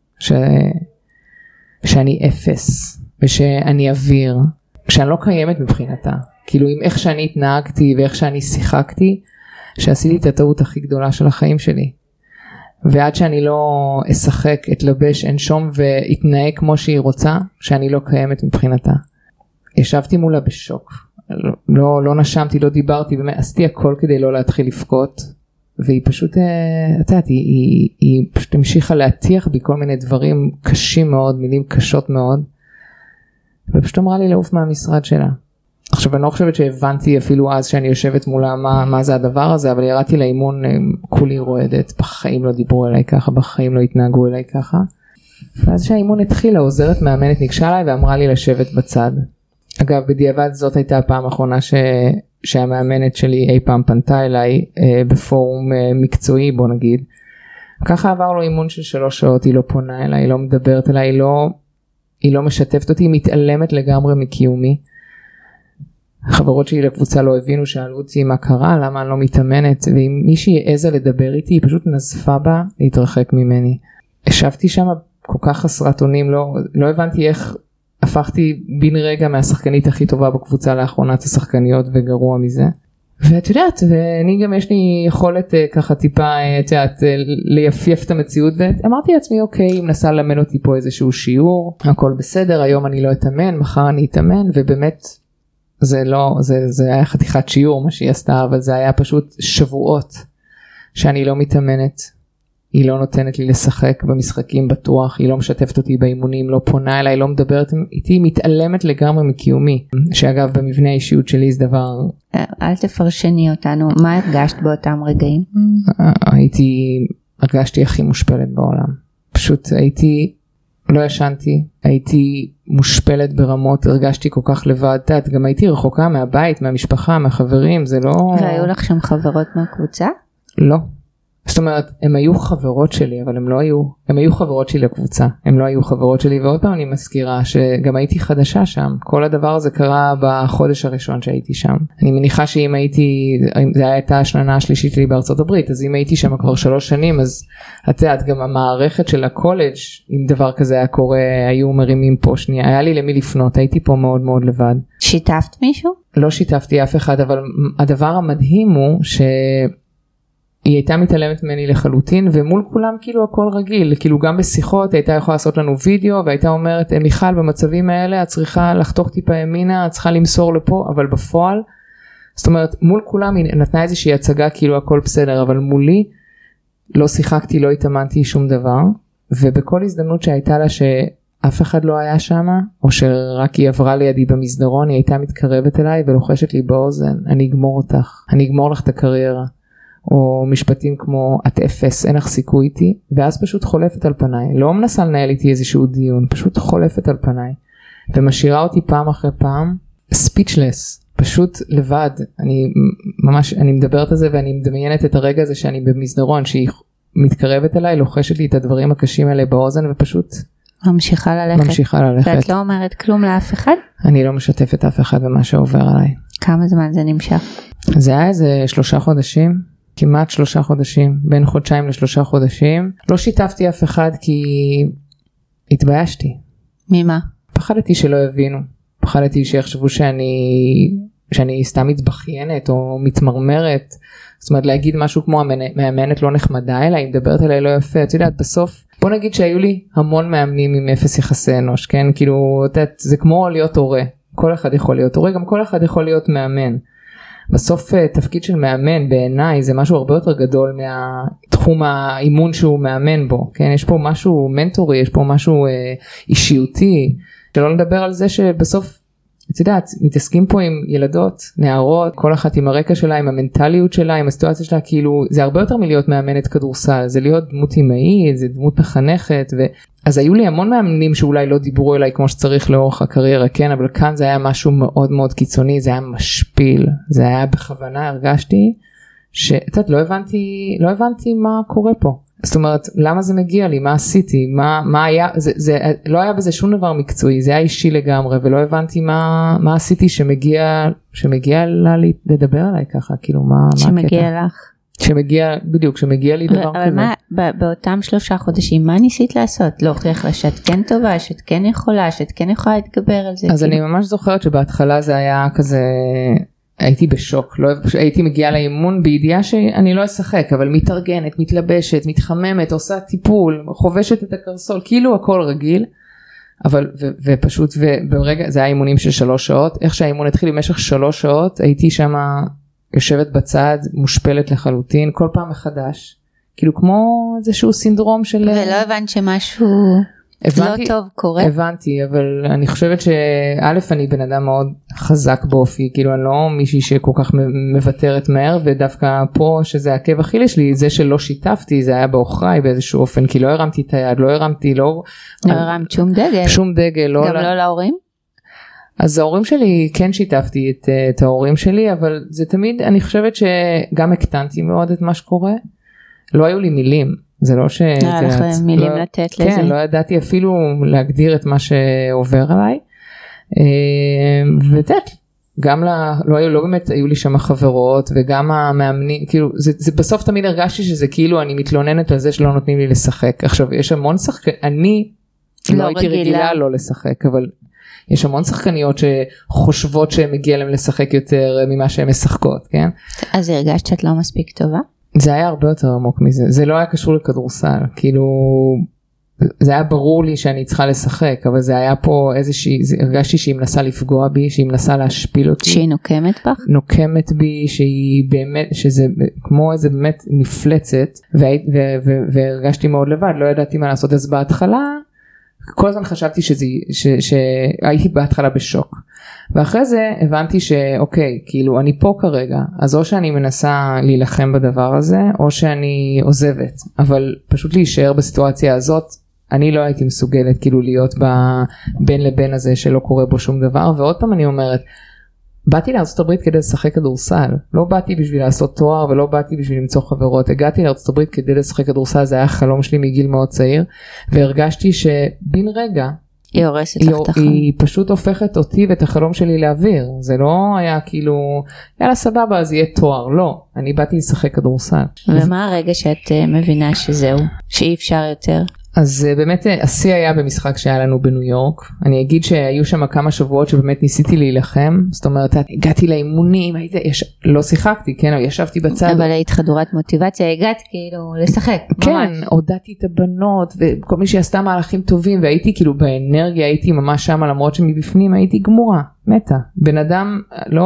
שאני אפס, ושאני אוויר, שאני לא קיימת מבחינתה, כאילו עם איך שאני התנהגתי, ואיך שאני שיחקתי, שעשיתי את הטעות הכי גדולה של החיים שלי. ועד שאני לא אשחק, אתלבש, אנשום ואתנהג כמו שהיא רוצה, שאני לא קיימת מבחינתה. ישבתי מולה בשוק. לא נשמתי, לא דיברתי, באמת עשיתי הכל כדי לא להתחיל לבכות. והיא פשוט, היא פשוט המשיכה להטיח בי כל מיני דברים קשים מאוד, מילים קשות מאוד. ופשוט אמרה לי לעוף מהמשרד שלה. עכשיו אני לא חושבת שהבנתי אפילו אז שאני יושבת מולה מה זה הדבר הזה, אבל ירדתי לאימון כולי רועדת, בחיים לא דיברו אליי ככה, בחיים לא התנהגו אליי ככה. ואז שהאימון התחיל, העוזרת מאמנת ניגשה אליי ואמרה לי לשבת בצד. אגב, בדיעבד זאת הייתה הפעם האחרונה שהמאמנת שלי אי פעם פנתה אליי בפורום מקצועי, בוא נגיד. ככה עבר לו אימון של 3 שעות, היא לא פונה אליי, היא לא מדברת אליי, היא לא משתפת אותי, היא מתעלמת לגמרי מקיומי. החברות שלי לקבוצה לא הבינו, שאלו אותי מה קרה, למה אני לא מתאמנת, ואם מישהי העזה לדבר איתי, היא פשוט נזפה בה להתרחק ממני. ישבתי שם כל כך חסרת אונים, לא הבנתי איך הפכתי בן רגע מהשחקנית הכי טובה בקבוצה לאחרונת השחקניות, וגרוע מזה. ואת יודעת, ואני גם יש לי יכולת ככה טיפה, את יודעת, ליפייף את המציאות, ואמרתי לעצמי, אוקיי, היא מנסה ללמד אותי פה איזשהו שיעור, הכל בסדר, היום אני לא אתאמן, מחר אני אתאמן, ובאמת, זה היה חתיכת שיעור מה שהיא עשתה, אבל זה היה פשוט שבועות שאני לא מתאמנת, היא לא נותנת לי לשחק במשחקים בטוח, היא לא משתפת אותי באימונים, לא פונה אליי, לא מדברת איתי, היא מתעלמת לגמרי מקיומי, שאגב במבנה האישיות שלי זה דבר... אל תפרשני אותנו, מה הרגשת באותם רגעים? הרגשתי הכי מושפלת בעולם, פשוט לא ישנתי, הייתי מושפלת ברמות, הרגשתי כל כך לבד, גם הייתי רחוקה מהבית, מהמשפחה, מהחברים, זה לא... והיו לך שם חברות מהקבוצה? לא. זאת אומרת, הם היו חברות שלי, אבל הם היו חברות שלי לקבוצה, הם לא היו חברות שלי, ועוד פעם אני מזכירה שגם הייתי חדשה שם, כל הדבר הזה קרה בחודש הראשון שהייתי שם. אני מניחה שאם זה הייתה השנה השלישית שלי בארצות הברית, אז אם הייתי שם כבר 3 שנים, אז את יודעת, גם המערכת של הקולג', אם דבר כזה היה קורה, היו מרימים פה שנייה, היה לי למי לפנות, הייתי פה מאוד מאוד לבד. שיתפת מישהו? לא שיתפתי אף אחד, אבל הדבר המדהים הוא היא הייתה מתעלמת ממני לחלוטין, ומול כולם כאילו הכל רגיל, כאילו גם בשיחות הייתה יכולה לעשות לנו וידאו, והייתה אומרת, מיכל במצבים האלה את צריכה לחתוך טיפה ימינה, את צריכה למסור לפה, אבל בפועל, זאת אומרת מול כולם היא נתנה איזושהי הצגה כאילו הכל בסדר, אבל מולי לא שיחקתי, לא התאמנתי שום דבר, ובכל הזדמנות שהייתה לה שאף אחד לא היה שם, או שרק היא עברה לידי במסדרון, היא הייתה מתקרבת אליי ולוחשת לי באוזן, אני אגמור אותך, אני אגמור לך את הקריירה. או משפטים כמו את אפס, אין לך סיכוי איתי, ואז פשוט חולפת על פניי, לא מנסה לנהל איתי איזשהו דיון, פשוט חולפת על פניי, ומשאירה אותי פעם אחרי פעם, speechless, פשוט לבד. אני מדברת על זה ואני מדמיינת את הרגע הזה שאני במסדרון, שהיא מתקרבת אליי, לוחשת לי את הדברים הקשים האלה באוזן, ופשוט ממשיכה ללכת. ואת לא אומרת כלום לאף אחד? אני לא משתפת אף אחד במה שעובר עליי. כמה זמן זה נמשך? זה היה איזה 3 חודשים, כמעט 3 חודשים, בין 2 ל3 חודשים. לא שיתפתי אף אחד כי התביישתי. ממה? פחדתי שלא יבינו. פחדתי שיחשבו שאני סתם מתבחיינת או מתמרמרת. זאת אומרת להגיד משהו כמו המאמנת לא נחמדה אליי, היא מדברת אליי לא יפה. את יודעת, בסוף בוא נגיד שהיו לי המון מאמנים עם 0 יחסי אנוש, כן? כאילו, זה כמו להיות הורה. כל אחד יכול להיות הורה, גם כל אחד יכול להיות מאמן. בסוף תפקיד של מאמן בעיניי זה משהו הרבה יותר גדול מהתחום האימון שהוא מאמן בו, כן? יש פה משהו מנטורי, יש פה משהו אישיותי, שלא לדבר על זה שבסוף, את יודעת, מתעסקים פה עם ילדות, נערות, כל אחת עם הרקע שלה, עם המנטליות שלה, עם הסיטואציה שלה, כאילו זה הרבה יותר מלהיות מאמנת כדורסל, זה להיות דמות אימהית, זה דמות מחנכת, אז היו לי המון מאמנים שאולי לא דיברו אליי כמו שצריך לאורך הקריירה, כן, אבל כאן זה היה משהו מאוד מאוד קיצוני, זה היה משפיל, זה היה בכוונה, הרגשתי, שאת לא הבנתי מה קורה פה. זאת אומרת, למה זה מגיע לי? מה עשיתי? מה היה? זה לא היה בזה שום דבר מקצועי, זה היה אישי לגמרי, ולא הבנתי מה עשיתי שמגיע לה לדבר עליי ככה, כאילו מה הקטע? שמגיע לך. שמגיע לי דבר כזה. אבל מה, באותם 3 חודשים, מה ניסית לעשות? להוכיח לה שאת כן טובה, שאת כן יכולה, שאת כן יכולה להתגבר על זה? אז אני ממש זוכרת שבהתחלה זה היה כזה, הייתי בשוק, הייתי מגיעה לאימון בידיעה שאני לא אשחק, אבל מתארגנת, מתלבשת, מתחממת, עושה טיפול, חובשת את הקרסול, כאילו הכל רגיל, אבל ופשוט, וברגע, זה היה אימונים של 3 שעות, איך שהאימון התחיל במשך 3 שעות, הייתי שם יושבת בצד, מושפלת לחלוטין, כל פעם מחדש, כאילו כמו איזשהו סינדרום של... ולא הבנת שמשהו לא טוב קורה? הבנתי, אבל אני חושבת שא' אני בן אדם מאוד חזק באופי, כאילו אני לא מישהי שכל כך מבטרת מהר, ודווקא פה שזה העקב אכילס שלי, זה שלא שיתפתי, זה היה באוכריי באיזשהו אופן, כי לא הרמתי את היד, לא הרמת שום דגל. שום דגל. גם לא להורים? אז ההורים שלי, כן שיתפתי את ההורים שלי, אבל זה תמיד, אני חושבת שגם הקטנתי מאוד את מה שקורה, לא היו לי מילים, זה לא ש... לך מילים לתת לזה. כן, לא ידעתי אפילו להגדיר את מה שעובר עליי, ותת, גם לא באמת היו לי שם חברות, וגם המאמנים, כאילו, זה בסוף תמיד הרגשתי שזה כאילו אני מתלוננת על זה שלא נותנים לי לשחק, עכשיו יש המון שחקנים, אני לא הייתי רגילה לא לשחק, אבל יש המון שחקניות שחושבות שהן מגיע להם לשחק יותר ממה שהן משחקות, כן? אז הרגשת שאת לא מספיק טובה? זה היה הרבה יותר עמוק מזה, זה לא היה קשור לכדורסל, כאילו, זה היה ברור לי שאני צריכה לשחק, אבל זה היה פה הרגשתי שהיא מנסה לפגוע בי, שהיא מנסה להשפיל אותי. שהיא נוקמת בך? נוקמת בי, שהיא באמת, שזה כמו איזה באמת מפלצת, והרגשתי מאוד לבד, לא ידעתי מה לעשות, אז בהתחלה, כל הזמן חשבתי שהייתי בהתחלה בשוק, ואחרי זה הבנתי שאוקיי, כאילו אני פה כרגע, אז או שאני מנסה להילחם בדבר הזה, או שאני עוזבת, אבל פשוט להישאר בסיטואציה הזאת, אני לא הייתי מסוגלת כאילו להיות בין לבין הזה שלא קורה בו שום דבר, ועוד פעם אני אומרת, באתי לארצות הברית כדי לשחק כדורסל, לא באתי בשביל לעשות תואר ולא באתי בשביל למצוא חברות, הגעתי לארצות הברית כדי לשחק כדורסל, זה היה חלום שלי מגיל מאוד צעיר, והרגשתי שבין רגע, היא הורסת לך את החלום. היא פשוט הופכת אותי ואת החלום שלי לאוויר, זה לא היה כאילו, יאללה סבבה אז יהיה תואר, לא, אני באתי לשחק כדורסל. ומה הרגע שאת מבינה שזהו, שאי אפשר יותר? אז באמת השיא היה במשחק שהיה לנו בניו יורק, אני אגיד שהיו שם כמה שבועות שבאמת ניסיתי להילחם, זאת אומרת הגעתי לאימונים, לא שיחקתי, כן, ישבתי בצד. אבל היית חדורת מוטיבציה, הגעת כאילו לשחק. כן, הודעתי את הבנות וכל מי שעשתה מהלכים טובים, והייתי כאילו באנרגיה, הייתי ממש שם, למרות שמבפנים הייתי גמורה, מתה. בן אדם,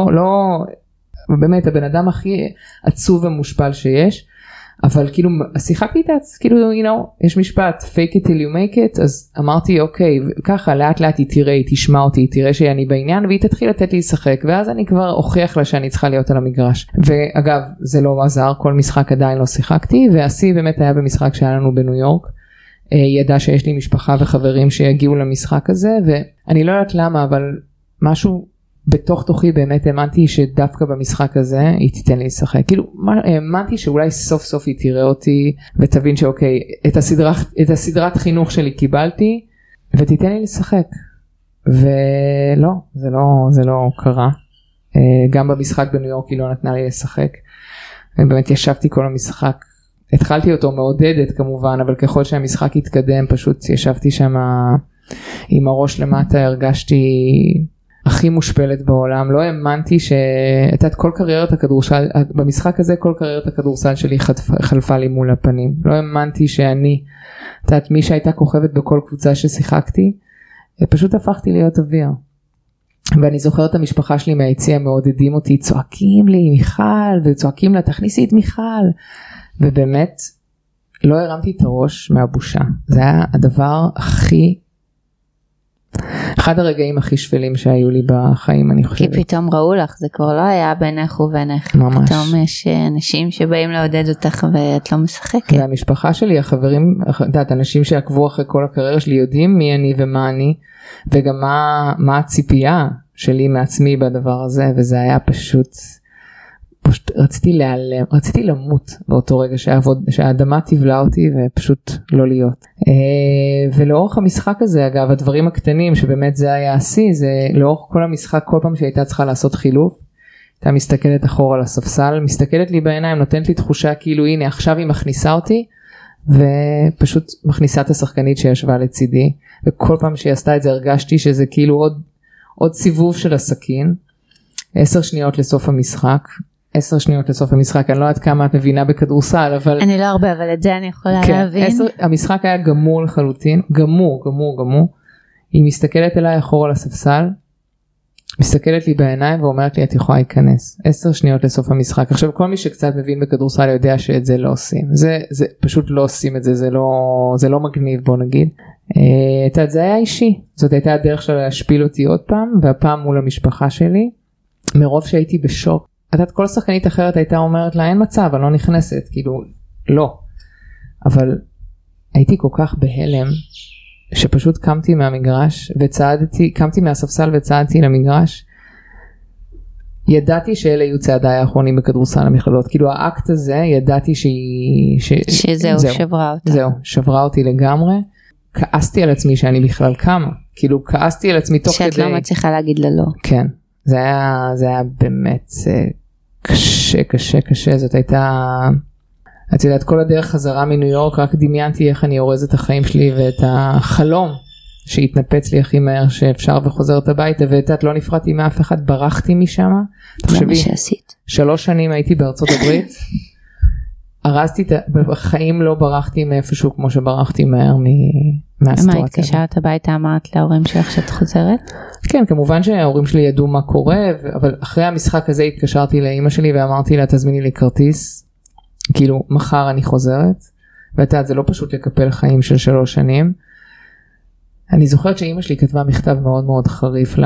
באמת הבן אדם הכי עצוב ומושפל שיש, אבל כאילו שיחקתי את זה, כאילו, יש משפט, fake it till you make it, אז אמרתי, אוקיי, ככה, לאט לאט היא תראה, היא תשמע אותי, היא תראה שאני בעניין, והיא תתחיל לתת לי לשחק, ואז אני כבר אוכיח לה שאני צריכה להיות על המגרש. ואגב, זה לא עזר, כל משחק עדיין לא שיחקתי, והשיא באמת היה במשחק שהיה לנו בניו יורק, היא ידעה שיש לי משפחה וחברים שיגיעו למשחק הזה, ואני לא יודעת למה, אבל משהו בתוך תוכי באמת האמנתי שדווקא במשחק הזה היא תיתן לי לשחק. כאילו, האמנתי שאולי סוף סוף היא תראה אותי ותבין שאוקיי, את הסדרת חינוך שלי קיבלתי, ותיתן לי לשחק. ולא, זה לא קרה. גם במשחק בניו יורק היא לא נתנה לי לשחק. ובאמת ישבתי כל המשחק, התחלתי אותו מעודדת כמובן, אבל ככל שהמשחק התקדם פשוט ישבתי שם עם הראש למטה, הרגשתי הכי מושפלת בעולם, לא האמנתי שאת כל קריירת הכדורסל, במשחק הזה כל קריירת הכדורסל שלי חלפה לי מול הפנים, לא האמנתי שאני, את מי שהייתה כוכבת בכל קבוצה ששיחקתי, פשוט הפכתי להיות אוויר. ואני זוכרת את המשפחה שלי מהיציע מעודדים אותי, צועקים לי מיכל, וצועקים לה תכניסי את מיכל, ובאמת לא הרמתי את הראש מהבושה, זה היה הדבר אחד הרגעים הכי שפלים שהיו לי בחיים, אני חושבת. כי פתאום ראו לך, זה כבר לא היה בינך ובינך. ממש. פתאום יש אנשים שבאים לעודד אותך ואת לא משחקת. והמשפחה שלי, החברים, אנשים שעקבו אחרי כל הקריירה שלי, יודעים מי אני ומה אני, וגם מה הציפייה שלי מעצמי בדבר הזה, וזה היה פשוט רציתי להיעלם, רציתי למות באותו רגע שהאדמה תבלע אותי ופשוט לא להיות. ולאורך המשחק הזה, אגב, הדברים הקטנים שבאמת זה היה השיא, זה לאורך כל המשחק, כל פעם שהייתה צריכה לעשות חילוף, הייתה מסתכלת אחורה על הספסל, מסתכלת לי בעיניים, נותנת לי תחושה כאילו הנה עכשיו היא מכניסה אותי, ופשוט מכניסה את השחקנית שישבה לצידי, וכל פעם שהיא עשתה את זה הרגשתי שזה כאילו עוד סיבוב של הסכין, 10 שניות לסוף המשחק, 10 שניות לסוף המשחק, אני לא יודעת כמה את מבינה בכדורסל, אבל... אני לא הרבה, אבל את זה אני יכולה להבין. המשחק היה גמור לחלוטין, גמור. היא מסתכלת אליי אחורה לספסל, מסתכלת לי בעיניים ואומרת לי, את יכולה להיכנס. 10 שניות לסוף המשחק. עכשיו, כל מי שקצת מבין בכדורסל יודע שאת זה לא עושים. זה פשוט לא עושים את זה, זה לא מגניב, בוא נגיד. זה היה אישי. זאת הייתה הדרך שלה להשפיל אותי עוד פעם, והפעם מול המשפחה שלי, מרוב שהייתי בשוק. כל שחקנית אחרת הייתה אומרת לה, אין מצב, אני לא נכנסת, כאילו, לא. אבל הייתי כל כך בהלם, שפשוט קמתי מהמגרש, קמתי מהספסל וצעדתי למגרש, ידעתי שאלה יהיו צעדיי האחרונים בכדורסל המכללות, כאילו האקט הזה, ידעתי שזהו, שברה אותה. זהו, שברה אותי לגמרי, כעסתי על עצמי שאני בכלל קמה, כאילו כעסתי על עצמי תוך כדי. שאת לא מצליחה להגיד ללא. כן, זה היה באמת קשה, זאת הייתה, את יודעת, כל הדרך חזרה מניו יורק, רק דמיינתי איך אני אורז את החיים שלי ואת החלום שהתנפץ לי הכי מהר שאפשר וחוזרת הביתה, ואת לא נפרדתי מאף אחד, ברחתי משם. זה מה שעשית. 3 שנים הייתי בארצות הברית, הרסתי, בחיים לא ברחתי מאיפשהו כמו שברחתי מהר מהסיטואציה. מה, התקשרת הביתה, אמרת להורים שלך שאת חוזרת? כן, כמובן שההורים שלי ידעו מה קורה, אבל אחרי המשחק הזה התקשרתי לאמא שלי ואמרתי לה, תזמיני לי כרטיס, כאילו מחר אני חוזרת, ואתה, זה לא פשוט לקפל חיים של 3 שנים. אני זוכרת שאמא שלי כתבה מכתב מאוד מאוד חריף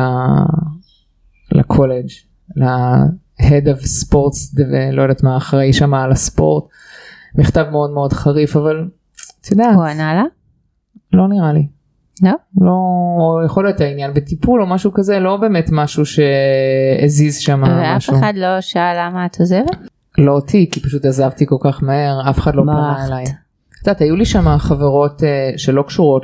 לקולג', ל-Head of Sports, לא יודעת מה, אחראי שמה על הספורט, מכתב מאוד מאוד חריף, אבל את יודעת. הוא ענה לה? לא נראה לי. לא? לא, או יכול להיות העניין בטיפול או משהו כזה, לא באמת משהו שהזיז שם משהו. ואף אחד לא שאל למה את עוזבת? לא אותי, כי פשוט עזבתי כל כך מהר, אף אחד לא פנה אליי. את יודעת, היו לי שם חברות שלא קשורות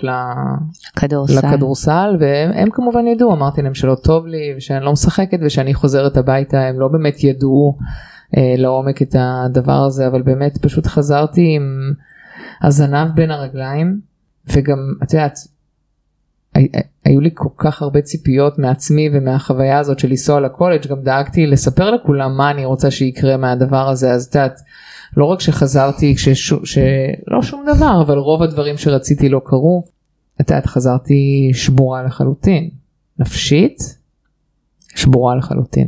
לכדורסל, והם כמובן ידעו, אמרתי להם שלא טוב לי, ושאני לא משחקת, ושאני חוזרת הביתה, הם לא באמת ידעו לעומק את הדבר הזה, אבל באמת פשוט חזרתי עם הזנב בין הרגליים, וגם, את יודעת, היו לי כל כך הרבה ציפיות מעצמי ומהחוויה הזאת של לנסוע לקולג', גם דאגתי לספר לכולם מה אני רוצה שיקרה מהדבר הזה, אז את יודעת, לא רק שחזרתי, לא שום דבר, אבל רוב הדברים שרציתי לא קרו, את יודעת, חזרתי שבורה לחלוטין, נפשית, שבורה לחלוטין.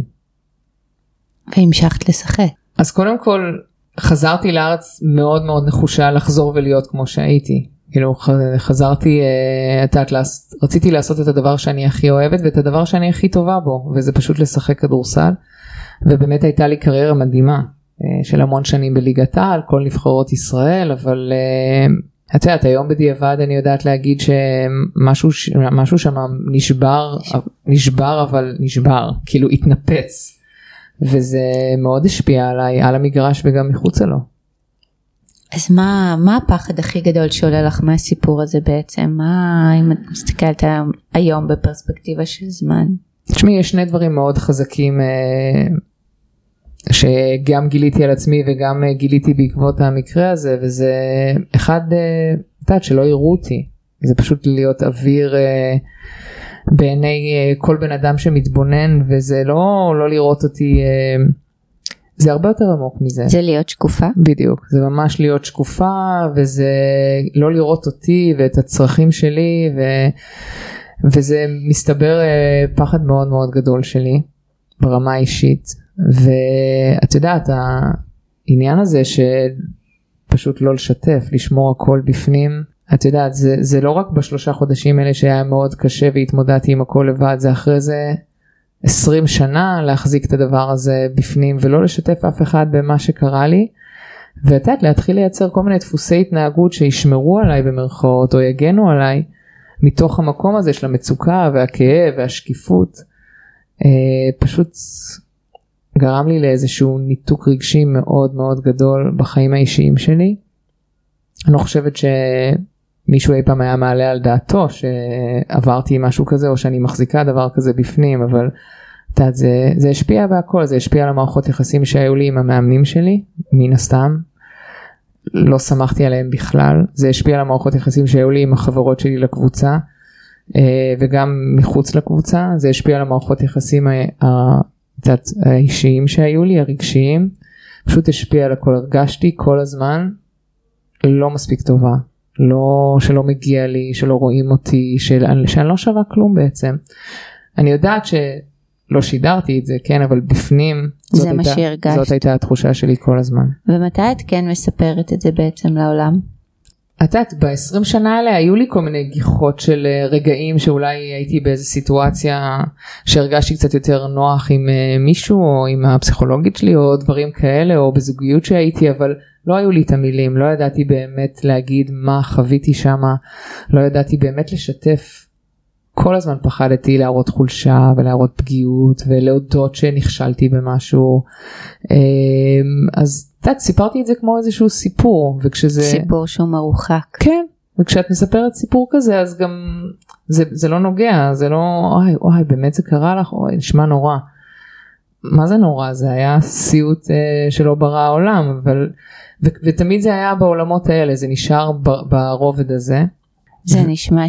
והמשכת לשחק. אז קודם כל, חזרתי לארץ מאוד מאוד נחושה לחזור ולהיות כמו שהייתי. כאילו חזרתי, רציתי לעשות את הדבר שאני הכי אוהבת ואת הדבר שאני הכי טובה בו, וזה פשוט לשחק כדורסל, ובאמת הייתה לי קריירה מדהימה, של המון שנים בליגת העל, כל נבחרות ישראל, אבל את יודעת, היום בדיעבד אני יודעת להגיד שמשהו שם נשבר, אבל נשבר, כאילו התנפץ, וזה מאוד השפיע עליי, על המגרש וגם מחוצה לו. אז מה הפחד הכי גדול שעולה לך מהסיפור הזה בעצם? אם את מסתכלת היום בפרספקטיבה של זמן? תשמעי, יש שני דברים מאוד חזקים שגם גיליתי על עצמי וגם גיליתי בעקבות המקרה הזה, וזה אחד, שלא יראו אותי, זה פשוט להיות אוויר בעיני כל בן אדם שמתבונן, וזה לא לראות אותי, זה הרבה יותר עמוק מזה. זה להיות שקופה? בדיוק, זה ממש להיות שקופה, וזה לא לראות אותי ואת הצרכים שלי, וזה מסתבר פחד מאוד מאוד גדול שלי ברמה האישית. ואת יודעת, העניין הזה שפשוט לא לשתף, לשמור הכל בפנים, את יודעת, זה לא רק ב3 חודשים האלה שהיה מאוד קשה והתמודדתי עם הכל לבד, זה אחרי זה 20 שנה להחזיק את הדבר הזה בפנים ולא לשתף אף אחד במה שקרה לי, ואת יודעת, להתחיל לייצר כל מיני דפוסי התנהגות שישמרו עליי במרכאות או יגנו עליי מתוך המקום הזה של המצוקה והכאב והשקיפות, פשוט גרם לי לאיזשהו ניתוק רגשי מאוד מאוד גדול בחיים האישיים שלי. אני לא חושבת שמישהו אי פעם היה מעלה על דעתו שעברתי משהו כזה או שאני מחזיקה דבר כזה בפנים, אבל זה השפיע בהכל, זה השפיע על המערכות יחסים שהיו לי עם המאמנים שלי, מן הסתם, לא שמחתי עליהם בכלל, זה השפיע על המערכות יחסים שהיו לי עם החברות שלי לקבוצה, וגם מחוץ לקבוצה, זה השפיע על המערכות יחסים האישיים שהיו לי, הרגשיים, פשוט השפיע על הכל, הרגשתי כל הזמן לא מספיק טובה, שלא מגיע לי, שלא רואים אותי, שאני לא שווה כלום בעצם. אני יודעת שלא שידרתי את זה, כן, אבל בפנים זאת הייתה התחושה שלי כל הזמן. ומתי את כן מספרת את זה בעצם לעולם? את יודעת, ב20 שנה האלה היו לי כל מיני גיחות של רגעים שאולי הייתי באיזו סיטואציה שהרגשתי קצת יותר נוח עם מישהו או עם הפסיכולוגית שלי או דברים כאלה או בזוגיות שהייתי, אבל לא היו לי את המילים, לא ידעתי באמת להגיד מה חוויתי שם, לא ידעתי באמת לשתף. כל הזמן פחדתי להראות חולשה ולהראות פגיעות ולהודות שנכשלתי במשהו. אז סיפרתי את זה כמו איזשהו סיפור, וכשזה סיפור שהוא מרוחק. כן, וכשאת מספרת סיפור כזה אז גם זה לא נוגע, זה לא אוי באמת זה קרה לך, אוי נשמע נורא. מה זה נורא? זה היה סיוט שלא ברא העולם, אבל ותמיד זה היה בעולמות האלה, זה נשאר ברובד הזה. זה נשמע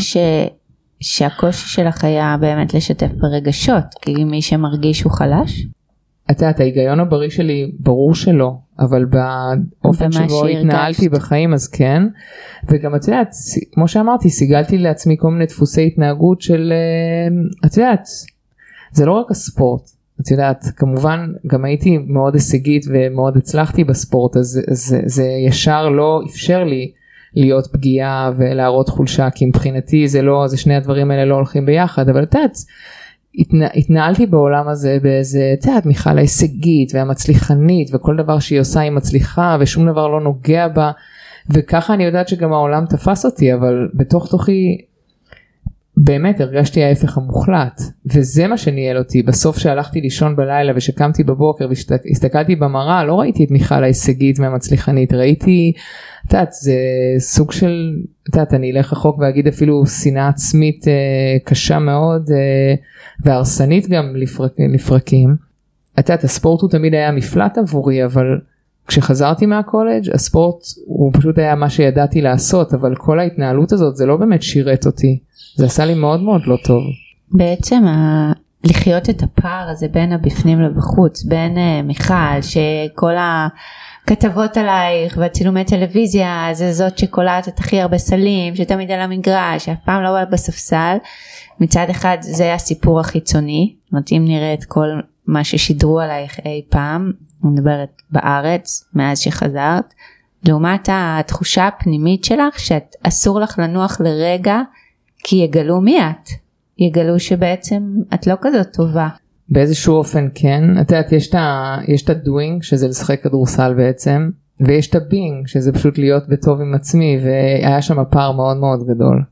שהקושי שלך היה באמת לשתף ברגשות, כי מי שמרגיש הוא חלש? את יודעת, ההיגיון הבריא שלי ברור שלא, אבל באופן שבו התנהלתי בחיים אז כן, וגם את יודעת, כמו שאמרתי, סיגלתי לעצמי כל מיני דפוסי התנהגות של, את יודעת, זה לא רק הספורט, את יודעת, כמובן גם הייתי מאוד הישגית ומאוד הצלחתי בספורט, אז זה ישר לא אפשר לי להיות פגיעה ולהראות חולשה, כי מבחינתי זה שני הדברים האלה לא הולכים ביחד, אבל את יודעת, התנהלתי בעולם הזה באיזה, את יודעת, מיכל ההישגית והמצליחנית, וכל דבר שהיא עושה היא מצליחה, ושום דבר לא נוגע בה, וככה אני יודעת שגם העולם תפס אותי, אבל בתוך תוכי, באמת הרגשתי ההפך המוחלט, וזה מה שניהל אותי. בסוף שהלכתי לישון בלילה ושקמתי בבוקר והסתכלתי במראה, לא ראיתי את מיכל ההישגית והמצליחנית, ראיתי, את יודעת, זה סוג של, את יודעת, אני אלך רחוק ואגיד אפילו שנאה עצמית קשה מאוד, והרסנית גם לפרקים. את יודעת, הספורט הוא תמיד היה מפלט עבורי, אבל כשחזרתי מהקולג' הספורט הוא פשוט היה מה שידעתי לעשות, אבל כל ההתנהלות הזאת זה לא באמת שירת אותי, זה עשה לי מאוד מאוד לא טוב. בעצם לחיות את הפער הזה בין הבפנים לבחוץ, בין מיכל שכל הכתבות עלייך והצילומי טלוויזיה, זה זאת שקולטת הכי הרבה סלים, שתמיד על המגרש, שאף פעם לא בא בספסל, מצד אחד זה הסיפור החיצוני, זאת אומרת אם נראה את כל מה ששידרו עלייך אי פעם, אני מדברת בארץ מאז שחזרת, לעומת התחושה הפנימית שלך שאת אסור לך לנוח לרגע, כי יגלו מי את, יגלו שבעצם את לא כזאת טובה. באיזשהו אופן כן, את יודעת, יש את הדוינג שזה לשחק כדורסל בעצם, ויש את הבינג שזה פשוט להיות בטוב עם עצמי, והיה שם פער מאוד מאוד גדול.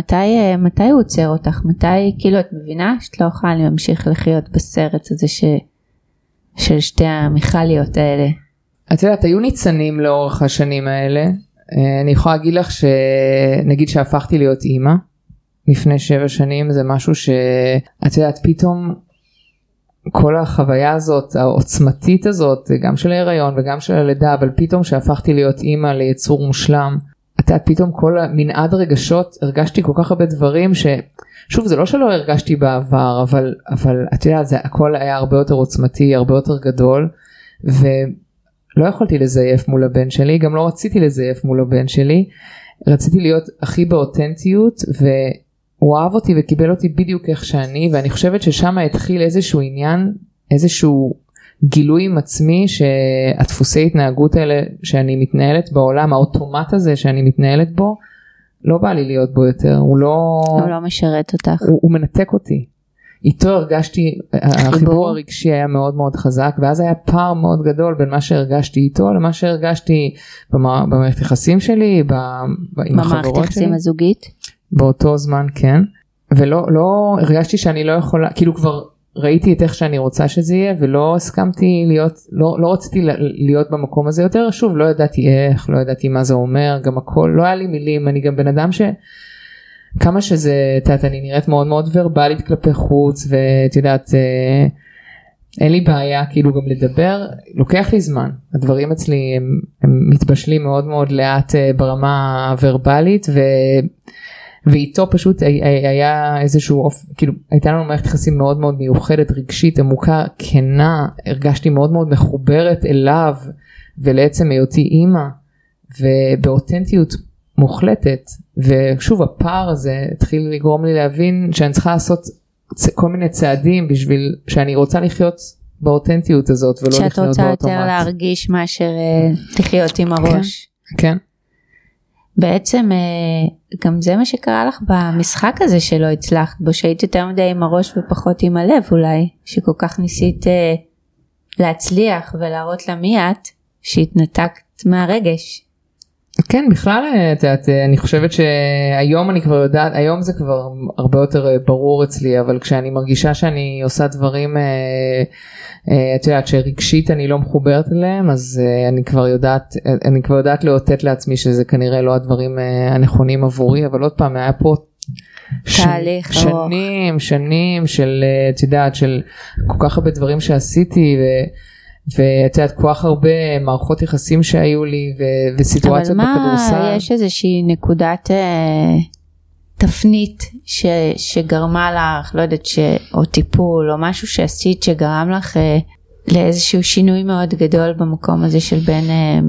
ומתי הוא עוצר אותך? מתי כאילו את מבינה שאת לא יכולה להמשיך לחיות בסרט הזה של שתי המיכליות האלה? את יודעת, היו ניצנים לאורך השנים האלה. אני יכולה להגיד לך שנגיד שהפכתי להיות אימא לפני 7 שנים, זה משהו שאת יודעת, פתאום כל החוויה הזאת, העוצמתית הזאת, גם של ההיריון וגם של הלידה, אבל פתאום שהפכתי להיות אימא ליצור מושלם, את יודעת, פתאום כל מנעד רגשות, הרגשתי כל כך הרבה דברים שוב, זה לא שלא הרגשתי בעבר, אבל את יודעת, הכל היה הרבה יותר עוצמתי, הרבה יותר גדול, ולא יכולתי לזייף מול הבן שלי, גם לא רציתי לזייף מול הבן שלי, רציתי להיות הכי באותנטיות, והוא אהב אותי וקיבל אותי בדיוק איך שאני, ואני חושבת ששם התחיל איזשהו עניין, איזשהו גילוי עם עצמי, שהדפוסי התנהגות האלה שאני מתנהלת בעולם, האוטומט הזה שאני מתנהלת בו, לא בא לי להיות בו יותר, הוא לא משרת אותך. הוא מנתק אותי. איתו הרגשתי, החיבור הרגשי היה מאוד מאוד חזק, ואז היה פער מאוד גדול בין מה שהרגשתי איתו, למה שהרגשתי במערכת יחסים שלי, עם החברות שלי. במערכת יחסים הזוגית? באותו זמן כן, ולא הרגשתי שאני לא יכולה, כאילו כבר ראיתי את איך שאני רוצה שזה יהיה, ולא הסכמתי להיות, לא רציתי להיות במקום הזה יותר, שוב, לא ידעתי איך, לא ידעתי מה זה אומר, גם הכל, לא היה לי מילים, אני גם בן אדם כמה שזה, אני נראית מאוד מאוד ורבלית כלפי חוץ, ואת יודעת, אין לי בעיה כאילו גם לדבר, לוקח לי זמן, הדברים אצלי הם מתבשלים מאוד מאוד לאט ברמה הוורבלית, ואיתו פשוט היה איזשהו, כאילו הייתה לנו מערכת יחסים מאוד מאוד מיוחדת, רגשית, עמוקה, כנה, הרגשתי מאוד מאוד מחוברת אליו, ולעצם היותי אימא, ובאותנטיות מוחלטת, ושוב הפער הזה התחיל לגרום לי להבין שאני צריכה לעשות כל מיני צעדים בשביל שאני רוצה לחיות באותנטיות הזאת ולא לחיות באוטומט. שאת רוצה יותר להרגיש מאשר לחיות עם הראש. כן. בעצם גם זה מה שקרה לך במשחק הזה שלא הצלחת בו, שהיית יותר מדי עם הראש ופחות עם הלב אולי, שכל כך ניסית להצליח ולהראות לה מי את, שהתנתקת מהרגש. כן, בכלל, אני חושבת שהיום אני כבר יודעת, היום זה כבר הרבה יותר ברור אצלי, אבל כשאני מרגישה שאני עושה דברים, את יודעת שרגשית אני לא מחוברת אליהם, אז אני כבר יודעת לאותת לעצמי שזה כנראה לא הדברים הנכונים עבורי, אבל עוד פעם, היה פה שנים של, את יודעת, של כל כך הרבה דברים שעשיתי, ואת יודעת, כוח הרבה מערכות יחסים שהיו לי, וסיטואציות בכדורסל. אבל מה, יש איזושהי נקודת תפנית שגרמה לך, לא יודעת, או טיפול, או משהו שעשית שגרם לך לאיזשהו שינוי מאוד גדול במקום הזה של בין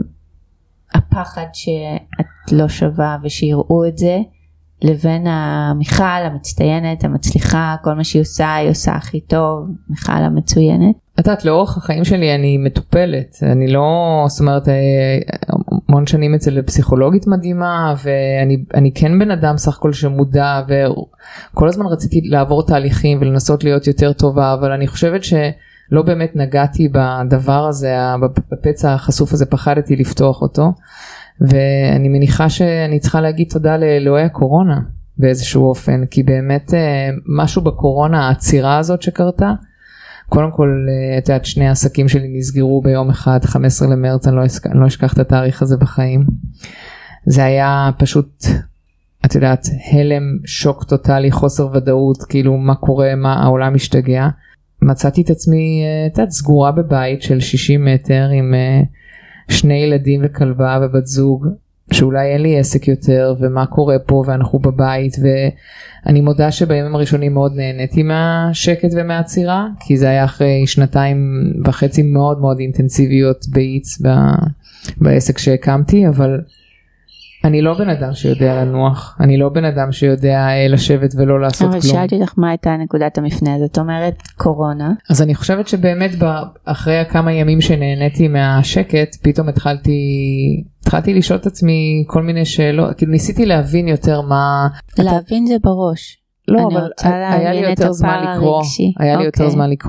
הפחד שאת לא שווה ושיראו את זה, לבין מיכל המצטיינת, המצליחה, כל מה שהיא עושה הכי טוב, מיכל המצוינת. את יודעת, לאורך החיים שלי אני מטופלת, אני לא, זאת אומרת, המון שנים אצל פסיכולוגית מדהימה, ואני כן בן אדם סך הכל שמודע, וכל הזמן רציתי לעבור תהליכים ולנסות להיות יותר טובה, אבל אני חושבת שלא באמת נגעתי בדבר הזה, בפצע החשוף הזה, פחדתי לפתוח אותו, ואני מניחה שאני צריכה להגיד תודה לאלוהי הקורונה באיזשהו אופן, כי באמת משהו בקורונה, העצירה הזאת שקרתה, קודם כל, את יודעת, 2 העסקים שלי נסגרו ביום אחד, 15 למרץ, אני לא אשכח את התאריך הזה בחיים. זה היה פשוט, את יודעת, הלם, שוק טוטלי, חוסר ודאות, כאילו מה קורה, מה העולם משתגע. מצאתי את עצמי, את יודעת, סגורה בבית של 60 מטר עם 2 ילדים וכלבה ובת זוג, שאולי אין לי עסק יותר, ומה קורה פה, ואנחנו בבית, ואני מודה שבימים הראשונים מאוד נהניתי מהשקט ומהעצירה, כי זה היה אחרי 2.5 מאוד מאוד אינטנסיביות באיץ בעסק שהקמתי, אבל אני לא בן אדם שיודע לנוח, אני לא בן אדם שיודע לשבת ולא לעשות כלום. אבל שאלתי לך מה הייתה נקודת המפנה, זאת אומרת קורונה. אז אני חושבת שבאמת אחרי כמה ימים שנהניתי מהשקט, פתאום התחלתי לשאול את עצמי כל מיני שאלות, כאילו ניסיתי להבין יותר מה... להבין זה בראש. לא, אבל היה לי יותר זמן לקרוא, היה לי יותר זמן לקרוא,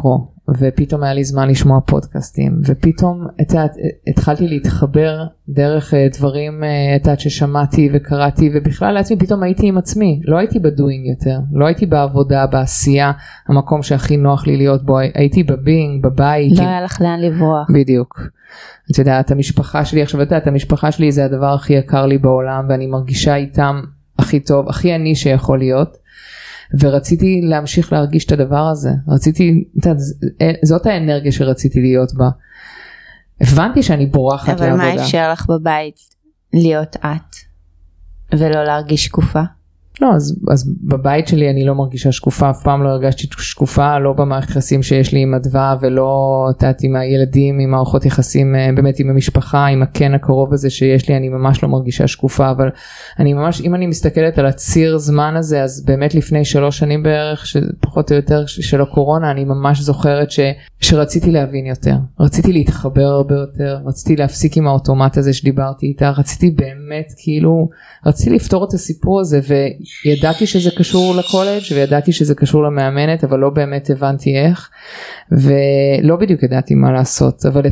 ופתאום היה לי זמן לשמוע פודקאסטים, ופתאום התחלתי להתחבר דרך דברים ששמעתי וקראתי, ובכלל לעצמי פתאום הייתי עם עצמי, לא הייתי בדוינג יותר, לא הייתי בעבודה, בעשייה, המקום שהכי נוח לי להיות בו, הייתי בבינג, בבית. לא היה לך לאן לברוח. בדיוק. את יודעת, המשפחה שלי, עכשיו את יודעת, המשפחה שלי זה הדבר הכי יקר לי בעולם, ואני מרגישה איתם הכי טוב, הכי אני שיכול להיות, ורציתי להמשיך להרגיש את הדבר הזה, רציתי, זאת האנרגיה שרציתי להיות בה, הבנתי שאני בורחת לעבודה. אבל מה אפשר לך בבית להיות את, ולא להרגיש שקופה? לא, אז בבית שלי אני לא מרגישה שקופה, אף פעם לא הרגשתי שקופה, לא במערכת יחסים שיש לי עם הדווה, ולא תעת עם הילדים, עם מערכות יחסים, באמת עם המשפחה, עם הקן הקרוב הזה שיש לי, אני ממש לא מרגישה שקופה, אבל אני ממש, אם אני מסתכלת על הציר זמן הזה, אז באמת לפני 3 שנים בערך, פחות או יותר של הקורונה, אני ממש זוכרת שרציתי להבין יותר, רציתי להתחבר הרבה יותר, רציתי להפסיק עם האוטומט הזה שדיברתי איתה, רציתי באמת כאילו, רציתי לפתור את הסיפור הזה, וידעתי שזה קשור לקולג' וידעתי שזה קשור למאמנת, אבל לא באמת הבנתי איך, ולא בדיוק ידעתי מה לעשות, אבל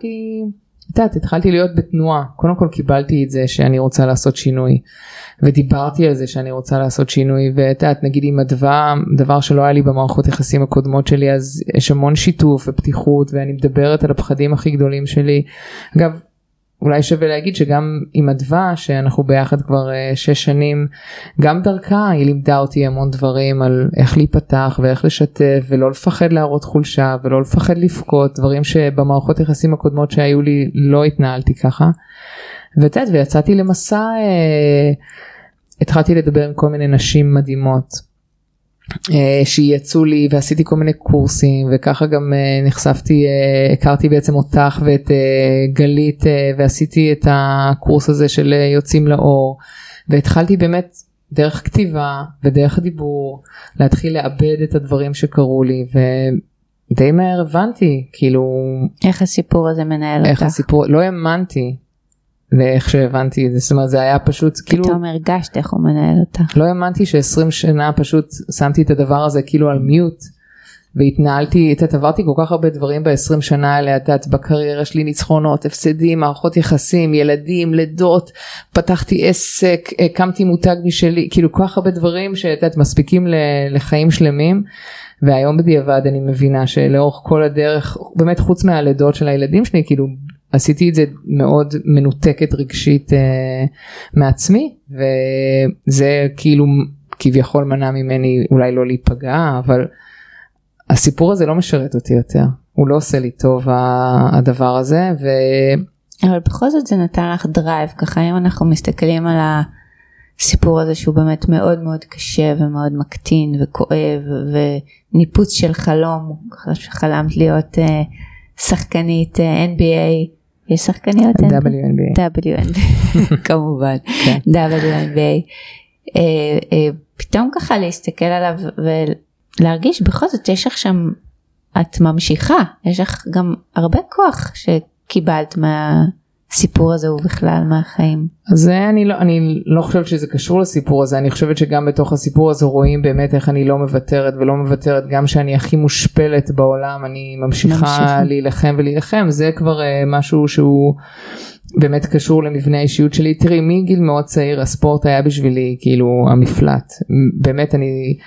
התחלתי להיות בתנועה, קודם כל קיבלתי את זה שאני רוצה לעשות שינוי, ודיברתי על זה שאני רוצה לעשות שינוי, נגיד עם דבר שלא היה לי במערכות יחסים הקודמות שלי, אז יש המון שיתוף ופתיחות, ואני מדברת על הפחדים הכי גדולים שלי, אגב, אולי שווה להגיד שגם עם הדווה שאנחנו ביחד כבר 6 שנים, גם דרכה היא לימדה אותי המון דברים על איך להיפתח ואיך לשתף ולא לפחד להראות חולשה ולא לפחד לפקות, דברים שבמערכות יחסים הקודמות שהיו לי לא התנהלתי ככה. ויצאתי למסע, התחלתי לדבר עם כל מיני נשים מדהימות שיצאו לי, ועשיתי כל מיני קורסים, וככה גם נחשפתי, הכרתי בעצם אותך ואת גלית, ועשיתי את הקורס הזה של יוצאים לאור, והתחלתי באמת דרך כתיבה ודרך דיבור להתחיל לאבד את הדברים שקרו לי, ודי מהר הבנתי כאילו איך הסיפור הזה מנהל אותך. לא האמנתי לאיך שהבנתי את זה, זאת אומרת זה היה פשוט כאילו, פתאום הרגשת איך הוא מנהל אותך. לא האמנתי ש20 שנה פשוט שמתי את הדבר הזה כאילו על מיוט, והתנהלתי, עברתי כל כך הרבה דברים ב20 שנה האלה, בקריירה שלי ניצחונות, הפסדים, מערכות יחסים, ילדים, לידות, פתחתי עסק, הקמתי מותג משלי, כאילו כל כך הרבה דברים מספיקים לחיים שלמים, והיום בדיעבד אני מבינה שלאורך כל הדרך, באמת חוץ מהלידות של הילדים שלי, כאילו עשיתי את זה מאוד מנותקת רגשית מעצמי, וזה כאילו כביכול מנע ממני אולי לא להיפגע, אבל הסיפור הזה לא משרת אותי יותר, הוא לא עושה לי טוב הדבר הזה, אבל בכל זאת זה נתן לך דרייב, ככה אם אנחנו מסתכלים על הסיפור הזה שהוא באמת מאוד מאוד קשה ומאוד מקטין וכואב, וניפוץ של חלום, שחלמת להיות שחקנית NBA, יש שחקניות WNBA כמובן WNBA, פתאום ככה להסתכל עליו ולהרגיש בכל זאת יש לך שם, את ממשיכה, יש לך גם הרבה כוח שקיבלת מהסיפור הזה ובכלל מהחיים. אז אני לא חושבת שזה קשור לסיפור הזה, אני חושבת שגם בתוך הסיפור הזה רואים באמת איך אני לא מוותרת ולא מוותרת, גם שאני הכי מושפלת בעולם אני ממשיכה להילחם ולהילחם, זה כבר משהו שהוא באמת קשור למבנה האישיות שלי. תראי, מגיל מאוד צעיר הספורט היה בשבילי כאילו המפלט, באמת אני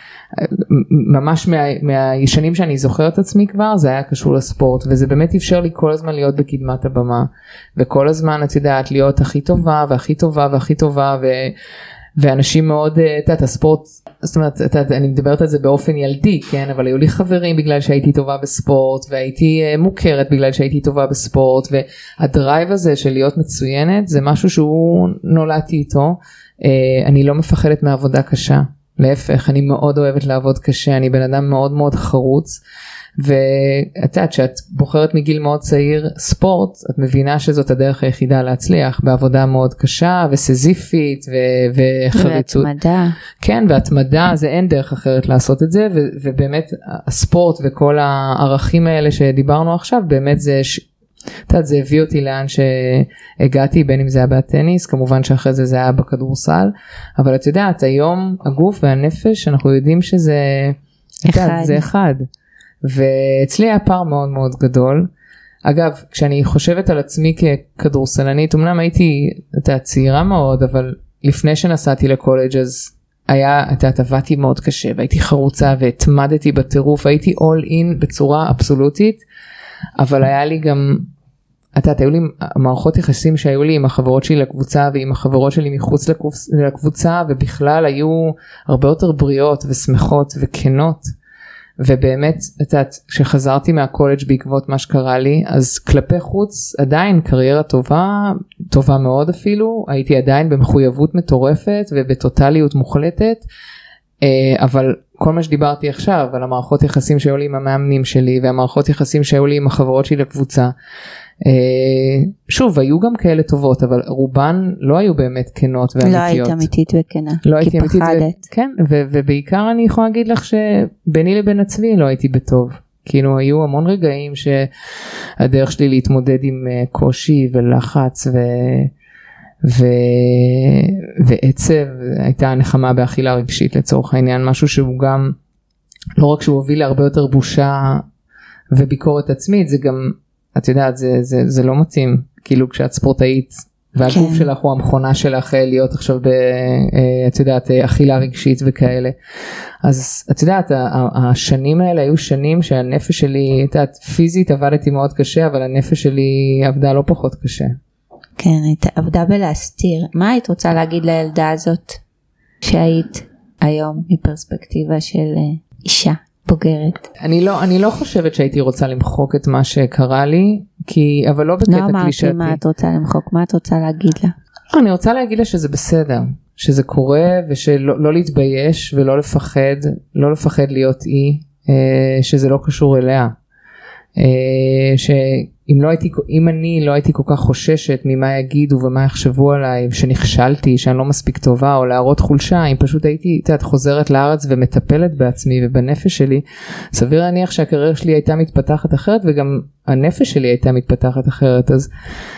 ממש מהשנים שאני זוכרת עצמי כבר זה היה קשור לספורט, וזה באמת אפשר לי כל הזמן להיות בקדמת הבמה, וכל הזמן את יודעת להיות הכי טובה והכי טובה והכי טובה, ואנשים מאוד, את הספורט, זאת אומרת, אני מדברת על זה באופן ילדי, כן, אבל היו לי חברים בגלל שהייתי טובה בספורט, והייתי מוכרת בגלל שהייתי טובה בספורט, והדרייב הזה של להיות מצוינת, זה משהו שהוא נולדתי איתו, אני לא מפחדת מעבודה קשה, להפך, אני מאוד אוהבת לעבוד קשה, אני בן אדם מאוד מאוד חרוץ, ואת יודעת שאת בוחרת מגיל מאוד צעיר ספורט, את מבינה שזאת הדרך היחידה להצליח, בעבודה מאוד קשה וסזיפית וחריצות. והתמדה. כן, והתמדה, זה אין דרך אחרת לעשות את זה, ובאמת הספורט וכל הערכים האלה שדיברנו עכשיו, באמת זה, את יודעת, זה הביא אותי לאן שהגעתי, בין אם זה היה בטניס, כמובן שאחרי זה היה בכדורסל, אבל את יודעת, היום הגוף והנפש, אנחנו יודעים שזה אחד. זה אחד. ואצלי היה פער מאוד מאוד גדול. אגב, כשאני חושבת על עצמי ככדורסלנית, אמנם הייתי צעירה מאוד, אבל לפני שנסעתי לקולג' אז עבדתי מאוד קשה, והייתי חרוצה והתמדתי בטירוף, הייתי all in בצורה אבסולוטית, אבל היה לי גם, היו לי מערכות יחסים שהיו לי עם החברות שלי לקבוצה, ועם החברות שלי מחוץ לקבוצה, ובכלל היו הרבה יותר בריאות ושמחות וכנות, ובאמת, כשחזרתי מהקולג' בעקבות מה שקרה לי, אז כלפי חוץ עדיין קריירה טובה מאוד אפילו, הייתי עדיין במחויבות מטורפת ובטוטליות מוחלטת, אבל כל מה שדיברתי עכשיו על המערכות יחסים שהיו לי עם המאמנים שלי, והמערכות יחסים שהיו לי עם החברות שלי לקבוצה, שוב, היו גם כאלה טובות, אבל רובן לא היו באמת כנות ואמיתיות. לא היית אמיתית וכנה, כי פחדת. כן, ובעיקר אני יכולה להגיד לך שביני לבין עצמי לא הייתי בטוב. כאילו היו המון רגעים שהדרך שלי להתמודד עם קושי ולחץ ועצב, הייתה נחמה באכילה רגשית לצורך העניין, משהו שהוא גם, לא רק שהוא הוביל להרבה יותר בושה וביקורת עצמית, זה גם, את יודעת, זה לא מתאים, כאילו כשאת ספורטאית, והגוף שלך הוא המכונה שלך להיות עכשיו את יודעת, אכילה רגשית וכאלה. אז את יודעת, השנים האלה היו שנים שהנפש שלי, את יודעת, פיזית עבדתי מאוד קשה, אבל הנפש שלי עבדה לא פחות קשה. כן, עבדה בלהסתיר. מה היית רוצה להגיד לילדה הזאת שהיית היום מפרספקטיבה של אישה בוגרת? אני לא חושבת שהייתי רוצה למחוק את מה שקרה לי, אבל לא בקטע קלישאתי. לא אמרתי מה את רוצה למחוק, מה את רוצה להגיד לה? אני רוצה להגיד לה שזה בסדר, שזה קורה, ושלא להתבייש ולא לפחד, לא לפחד להיות שזה לא קשור אליה. שאם אני לא הייתי כל כך חוששת ממה יגידו ומה יחשבו עליי, שנכשלתי, שאני לא מספיק טובה, או להראות חולשה, אם פשוט הייתי חוזרת לארץ ומטפלת בעצמי ובנפש שלי, סביר להניח שהקריירה שלי הייתה מתפתחת אחרת, וגם הנפש שלי הייתה מתפתחת אחרת. אז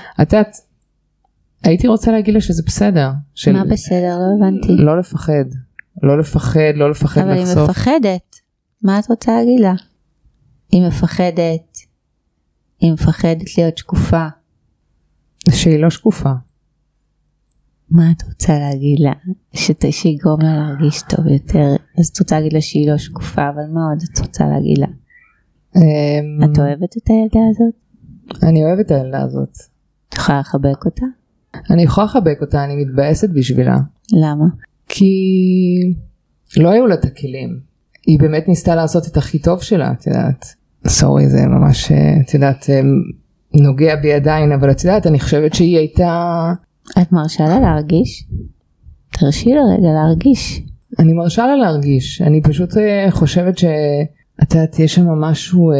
הייתי רוצה להגיד לה שזה בסדר. מה בסדר? לא הבנתי. לא לפחד לחשוף. אבל היא מפחדת. מה את רוצה להגיד לה? היא מפחדת להיות שקופה. שהיא לא שקופה. מה את רוצה להגיד לה? שיגרום לה להרגיש טוב יותר. אז את רוצה להגיד לה שהיא לא שקופה, אבל מה עוד את רוצה להגיד לה? את אוהבת את הילדה הזאת? אני אוהבת את הילדה הזאת. את יכולה לחבק אותה? אני יכולה לחבק אותה, אני מתבאסת בשבילה. למה? כי לא היו לה את הכלים. היא באמת ניסתה לעשות את הכי טוב שלה, את יודעת. סורי, זה ממש, את יודעת, נוגע בי עדיין, אבל את יודעת, אני חושבת שהיא הייתה... את מרשה לה להרגיש? תרשי לה רגע להרגיש. אני מרשה לה להרגיש, אני פשוט חושבת שאת יודעת, יש שם משהו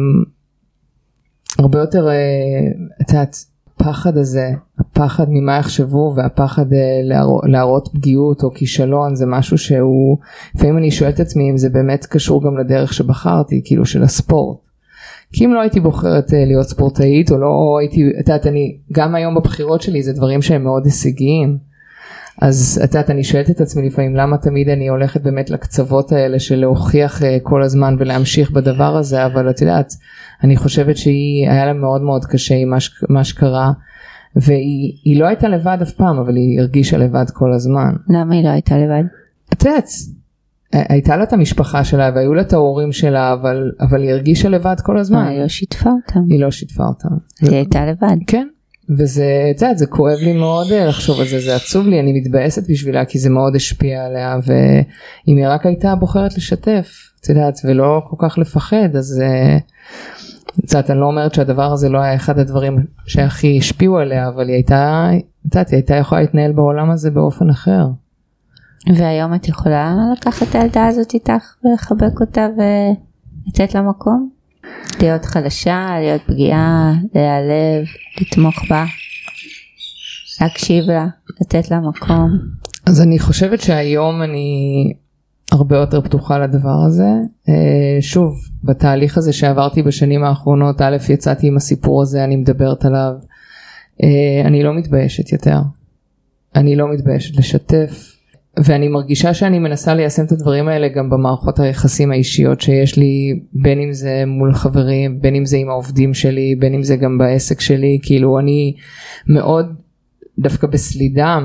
הרבה יותר, את יודעת, הפחד הזה, הפחד ממה יחשבו, והפחד להראות פגיעות או כישלון, זה משהו שהוא, לפעמים אני שואלת עצמי אם זה באמת קשור גם לדרך שבחרתי, כאילו של הספורט. כי אם לא הייתי בוחרת להיות ספורטאית, או לא הייתי, את יודעת, גם היום בבחירות שלי זה דברים שהם מאוד הישגיים, אז את יודעת, אני שואלת את עצמי לפעמים, למה תמיד אני הולכת באמת לקצוות האלה של להוכיח כל הזמן ולהמשיך בדבר הזה, אבל את יודעת, אני חושבת היה לה מאוד מאוד קשה עם מה שקרה, והיא לא הייתה לבד אף פעם, אבל היא הרגישה לבד כל הזמן. למה היא לא הייתה לבד? את יודעת, הייתה לה את המשפחה שלה, והיו לה את ההורים שלה, אבל היא הרגישה לבד כל הזמן. היא לא שיתפה אותם. היא לא שיתפה אותם. היא הייתה לבד. כן. וזה, את יודעת, זה כואב לי מאוד לחשוב על זה, זה עצוב לי, אני מתבאסת בשבילה, כי זה מאוד השפיע עליה, ואם היא רק הייתה בוחרת לשתף, את יודעת, ולא כל כך לפחד, אז את יודעת, אני לא אומרת שהדבר הזה לא היה אחד הדברים שהכי השפיעו עליה, אבל היא הייתה, את יודעת, היא הייתה יכולה להתנהל בעולם הזה באופן אחר. והיום את יכולה לקחת את הילדה הזאת איתך, ולחבק אותה ולתת לה מקום? להיות חלשה, להיות פגיעה, להיעלב, לתמוך בה, להקשיב לה, לתת לה מקום. אז אני חושבת שהיום אני הרבה יותר פתוחה לדבר הזה. שוב, בתהליך הזה שעברתי בשנים האחרונות, א', יצאתי עם הסיפור הזה, אני מדברת עליו. אני לא מתביישת יותר. אני לא מתביישת לשתף. ואני מרגישה שאני מנסה ליישם את הדברים האלה גם במערכות היחסים האישיות שיש לי, בין אם זה מול חברים, בין אם זה עם העובדים שלי, בין אם זה גם בעסק שלי, כאילו אני מאוד דווקא בסלידה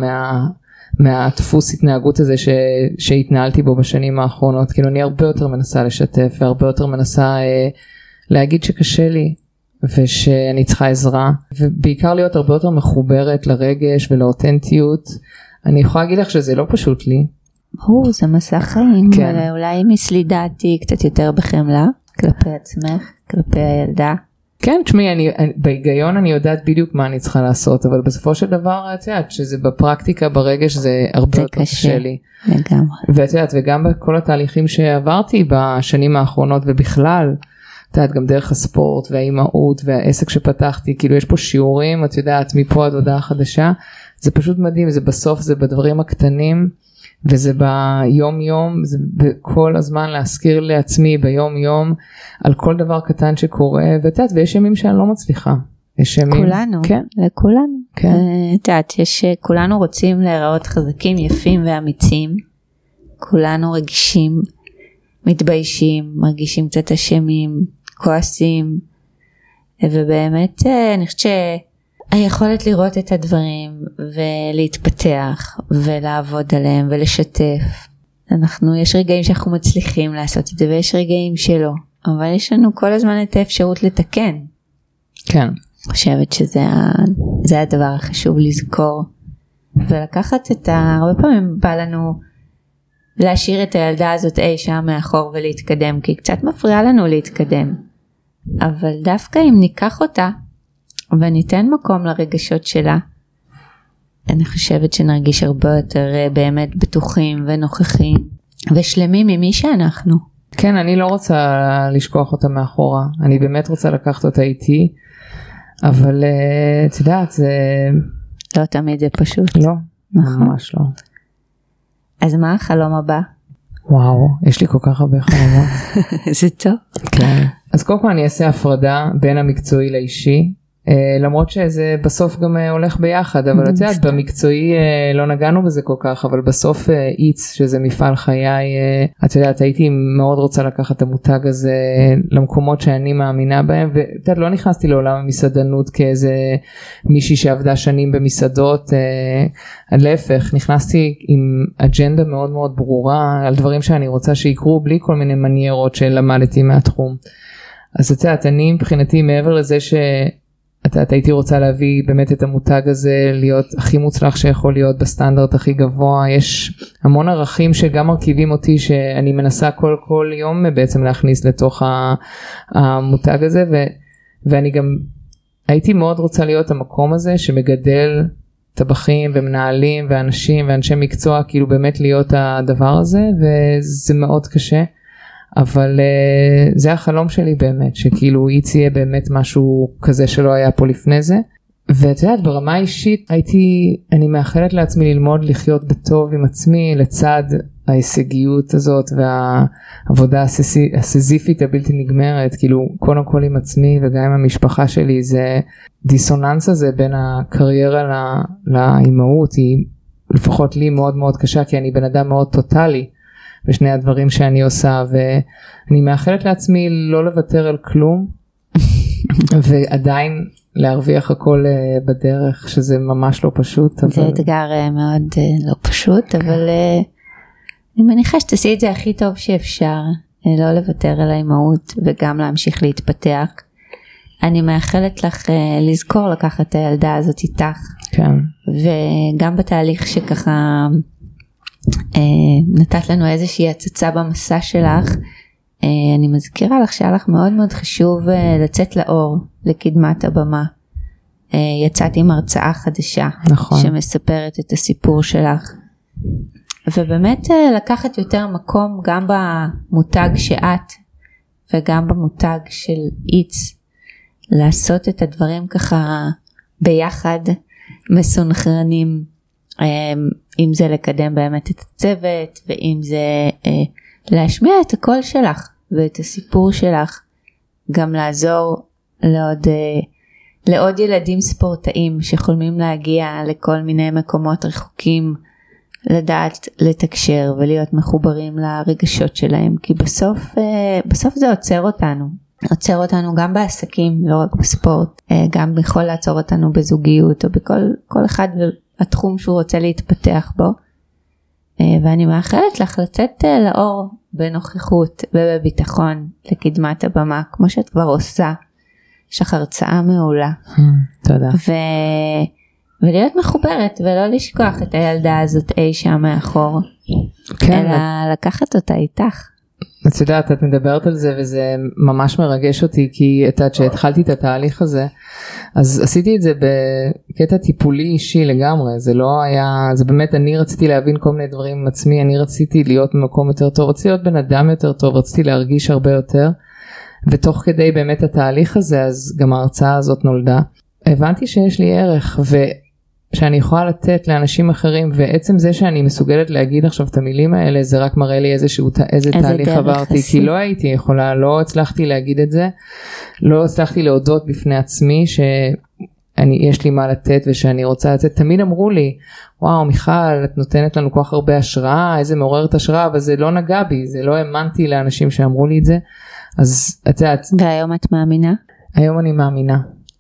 מהדפוס התנהגות הזה שהתנהלתי בו בשנים האחרונות, כאילו אני הרבה יותר מנסה לשתף, והרבה יותר מנסה להגיד שקשה לי, ושאני צריכה עזרה, ובעיקר להיות הרבה יותר מחוברת לרגש ולאותנטיות. אני יכולה להגיד לך שזה לא פשוט לי. זה מסע חיים, כן. אבל אולי מסלידתי קצת יותר בחמלה, כלפי עצמך, כלפי הילדה. כן, תשמעי, בהיגיון אני יודעת בדיוק מה אני צריכה לעשות, אבל בסופו של דבר, את יודעת, שזה בפרקטיקה, ברגש, זה הרבה יותר קשה לי. לגמרי. ואת יודעת, וגם בכל התהליכים שעברתי בשנים האחרונות, ובכלל, את יודעת, גם דרך הספורט, והאימהות, והעסק שפתחתי, כאילו יש פה שיעורים, את יודעת, מפה עד הודעה חדשה, זה פשוט מדהים, זה בסוף, זה בדברים הקטנים, וזה ביום יום, זה כל הזמן להזכיר לעצמי ביום יום, על כל דבר קטן שקורה, ואת יודעת, ויש ימים שאני לא מצליחה. יש ימים. כולנו, כן. לכולנו. כן. את יודעת, כולנו רוצים להיראות חזקים, יפים ואמיצים, כולנו רגישים, מתביישים, מרגישים קצת אשמים, כועסים, ובאמת אני חושבת היכולת לראות את הדברים ולהתפתח ולעבוד עליהם ולשתף. יש רגעים שאנחנו מצליחים לעשות את זה ויש רגעים שלא, אבל יש לנו כל הזמן את האפשרות לתקן. כן. אני חושבת שזה הדבר החשוב לזכור ולקחת הרבה פעמים בא לנו להשאיר את הילדה הזאת אי שם מאחור ולהתקדם, כי קצת מפריע לנו להתקדם. אבל דווקא אם ניקח אותה וניתן מקום לרגשות שלה, אני חושבת שנרגיש הרבה יותר באמת בטוחים ונוכחים ושלמים ממי שאנחנו. כן, אני לא רוצה לשכוח אותה מאחורה, אני באמת רוצה לקחת אותה איתי, אבל את יודעת, זה לא תמיד זה פשוט. לא, נכון. ממש לא. אז מה החלום הבא? וואו, יש לי כל כך הרבה חלומות. זה טוב. כן. אז קודם כל אני אעשה הפרדה בין המקצועי לאישי, למרות שזה בסוף גם הולך ביחד, אבל את יודעת, במקצועי לא נגענו בזה כל כך, אבל בסוף איץ, שזה מפעל חיי, את יודעת, הייתי מאוד רוצה לקחת את המותג הזה למקומות שאני מאמינה בהם, ואת יודעת, לא נכנסתי לעולם המסעדנות כאיזה מישהי שעבדה שנים במסעדות, להפך, נכנסתי עם אג'נדה מאוד מאוד ברורה, על דברים שאני רוצה שיקרו, בלי כל מיני מניירות שלמדתי מהתחום. אז את יודעת, אני מבחינתי מעבר לזה הייתי רוצה להביא באמת את המותג הזה להיות הכי מוצלח שיכול להיות בסטנדרט הכי גבוה. יש המון ערכים שגם מרכיבים אותי שאני מנסה כל יום בעצם להכניס לתוך המותג הזה, ואני גם הייתי מאוד רוצה להיות המקום הזה שמגדל טבחים ומנהלים ואנשים ואנשי מקצוע, כאילו באמת להיות הדבר הזה, וזה מאוד קשה. אבל זה החלום שלי באמת, שכאילו איץ יהיה באמת משהו כזה שלא היה פה לפני זה. ואת יודעת, ברמה האישית אני מאחלת לעצמי ללמוד לחיות בטוב עם עצמי, לצד ההישגיות הזאת והעבודה הסיזיפית הבלתי נגמרת, כאילו קודם כל עם עצמי וגם עם המשפחה שלי. זה דיסוננס הזה בין הקריירה לאימהות, היא לפחות לי מאוד מאוד קשה, כי אני בן אדם מאוד טוטלי בשני הדברים שאני עושה, ואני מאחלת לעצמי לא לוותר על כלום, ועדיין להרוויח הכל בדרך, שזה ממש לא פשוט. זה אתגר מאוד לא פשוט, אבל אני מניחה שתעשי את זה הכי טוב שאפשר, לא לוותר על האימהות, וגם להמשיך להתפתח. אני מאחלת לך לזכור לקחת את הילדה הזאת איתך, כן. וגם בתהליך שככה נתת לנו איזושהי הצצה במסע שלך, אני מזכירה לך שהיה לך מאוד מאוד חשוב לצאת לאור, לקדמת הבמה. יצאת עם הרצאה חדשה, נכון. שמספרת את הסיפור שלך, ובאמת לקחת יותר מקום גם במותג שאת וגם במותג של איץ, לעשות את הדברים ככה ביחד, מסונכרנים, אם זה לקדם באמת את הצוות, ואם זה להשמיע את הקול שלך ואת הסיפור שלך, גם לעזור לעוד ילדים ספורטאים שחולמים להגיע לכל מיני מקומות רחוקים, לדעת לתקשר ולהיות מחוברים לרגשות שלהם, כי בסוף זה עוצר אותנו גם בעסקים, לא רק בספורט, גם יכול לעצור אותנו בזוגיות או בכל אחד התחום שהוא רוצה להתפתח בו. ואני מאחלת לך לצאת לאור בנוכחות ובביטחון לקדמת הבמה, כמו שאת כבר עושה. יש לך הרצאה מעולה. תודה. ולהיות מחוברת ולא לשכוח את הילדה הזאת אי שם מאחור, כן, אלא לקחת אותה איתך. את יודעת, את מדברת על זה וזה ממש מרגש אותי, כי כשהתחלתי את התהליך הזה, אז עשיתי את זה בקטע טיפולי אישי לגמרי, זה לא היה, זה באמת, אני רציתי להבין כל מיני דברים עם עצמי, אני רציתי להיות במקום יותר טוב, רציתי להיות בן אדם יותר טוב, רציתי להרגיש הרבה יותר, ותוך כדי באמת התהליך הזה, אז גם ההרצאה הזאת נולדה, הבנתי שיש לי ערך, שאני יכולה לתת לאנשים אחרים, ועצם זה שאני מסוגלת להגיד עכשיו את המילים האלה, זה רק מראה לי איזה תהליך עברתי, כי לא הייתי יכולה, לא הצלחתי להגיד את זה, לא הצלחתי להודות בפני עצמי, שיש לי מה לתת, ושאני רוצה לתת, תמיד אמרו לי, וואו מיכל, את נותנת לנו כל כך הרבה השראה, איזה מעוררת השראה, אבל זה לא נגע בי, זה לא האמנתי לאנשים שאמרו לי את זה, אז את יודעת. והיום את מאמינה? היום אני מאמינה,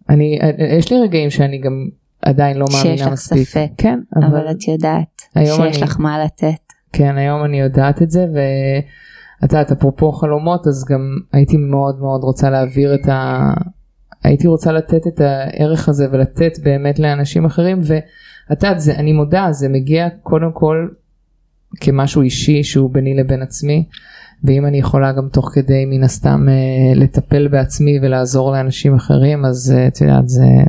יש לי רגעים שאני גם, עדיין לא מאמינה מספיק. שיש לך ספק, כן, אבל את יודעת שיש לך מה לתת. כן, היום אני יודעת את זה, ואתה יודעת, אפרופו חלומות, אז גם הייתי מאוד מאוד רוצה להעביר הייתי רוצה לתת את הערך הזה, ולתת באמת לאנשים אחרים, ואתה יודעת, אני מודה, זה מגיע קודם כל, כמשהו אישי, שהוא ביני לבין עצמי, ואם אני יכולה גם תוך כדי מן הסתם, לטפל בעצמי, ולעזור לאנשים אחרים, אז את יודעת,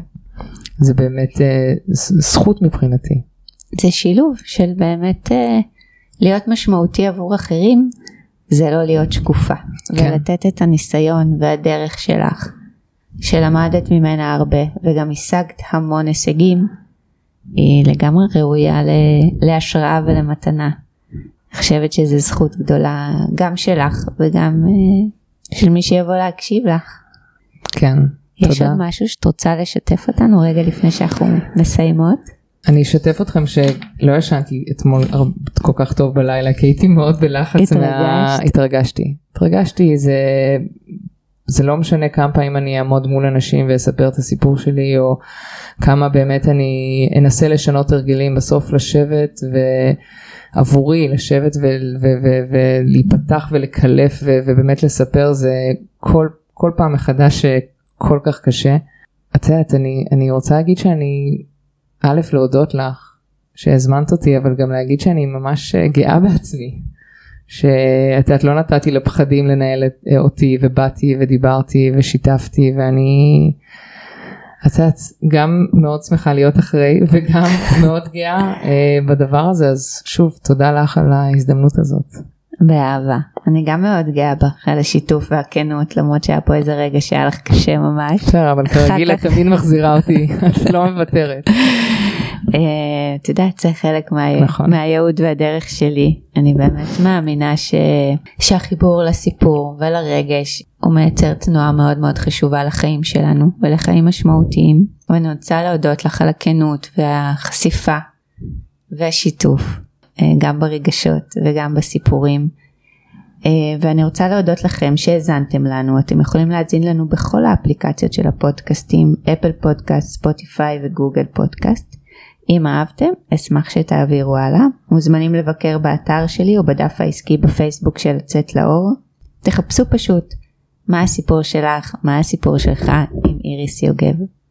זה באמת זכות מבחינתי. זה שילוב של באמת להיות משמעותי עבור אחרים, זה לא להיות שקופה. כן. ולתת את הניסיון והדרך שלך, שלמדת ממנה הרבה, וגם השגת המון הישגים, היא לגמרי ראויה להשראה ולמתנה. אני חושבת שזו זכות גדולה גם שלך, וגם של מי שיבוא להקשיב לך. כן. יש עוד משהו שאת רוצה לשתף אותנו רגע לפני שאנחנו מסיימות? אני אשתף אתכם שלא ישנתי אתמול כל כך טוב בלילה, כי הייתי מאוד בלחץ. התרגשתי, זה לא משנה כמה פעמים אני אעמוד מול אנשים ואספר את הסיפור שלי, או כמה באמת אני אנסה לשנות הרגלים, בסוף לשבת ועבורי לשבת ולהיפתח ולקלף ובאמת לספר, זה כל פעם מחדש כל כך קשה. את יודעת, אני רוצה להגיד שאני, להודות לך שהזמנת אותי, אבל גם להגיד שאני ממש גאה בעצמי, שאת יודעת, לא נתתי לפחדים לנהל אותי, ובאתי ודיברתי ושיתפתי, ואני, את יודעת, גם מאוד שמחה להיות אחרי, וגם מאוד גאה בדבר הזה, אז שוב, תודה לך על ההזדמנות הזאת. באהבה, אני גם מאוד גאה בך על השיתוף והכנות, למרות שהיה פה איזה רגע שהיה לך קשה ממש. בסדר, אבל כרגיל את תמיד מחזירה אותי, את לא מוותרת. את יודעת, זה חלק מהייעוד והדרך שלי. אני באמת מאמינה שהחיבור לסיפור ולרגש הוא מייצר תנועה מאוד מאוד חשובה לחיים שלנו ולחיים משמעותיים, ואני רוצה להודות לך על הכנות והחשיפה והשיתוף, גם ברגשות וגם בסיפורים, ואני רוצה להודות לכם שהזנתם לנו. אתם יכולים להזין לנו בכל האפליקציות של הפודקאסטים, אפל פודקאסט, ספוטיפיי וגוגל פודקאסט. אם אהבתם, אשמח שתעבירו הלאה. מוזמנים לבקר באתר שלי או בדף העסקי בפייסבוק של לצאת לאור. תחפשו פשוט מה הסיפור שלך, מה הסיפור שלך עם איריס יוגב.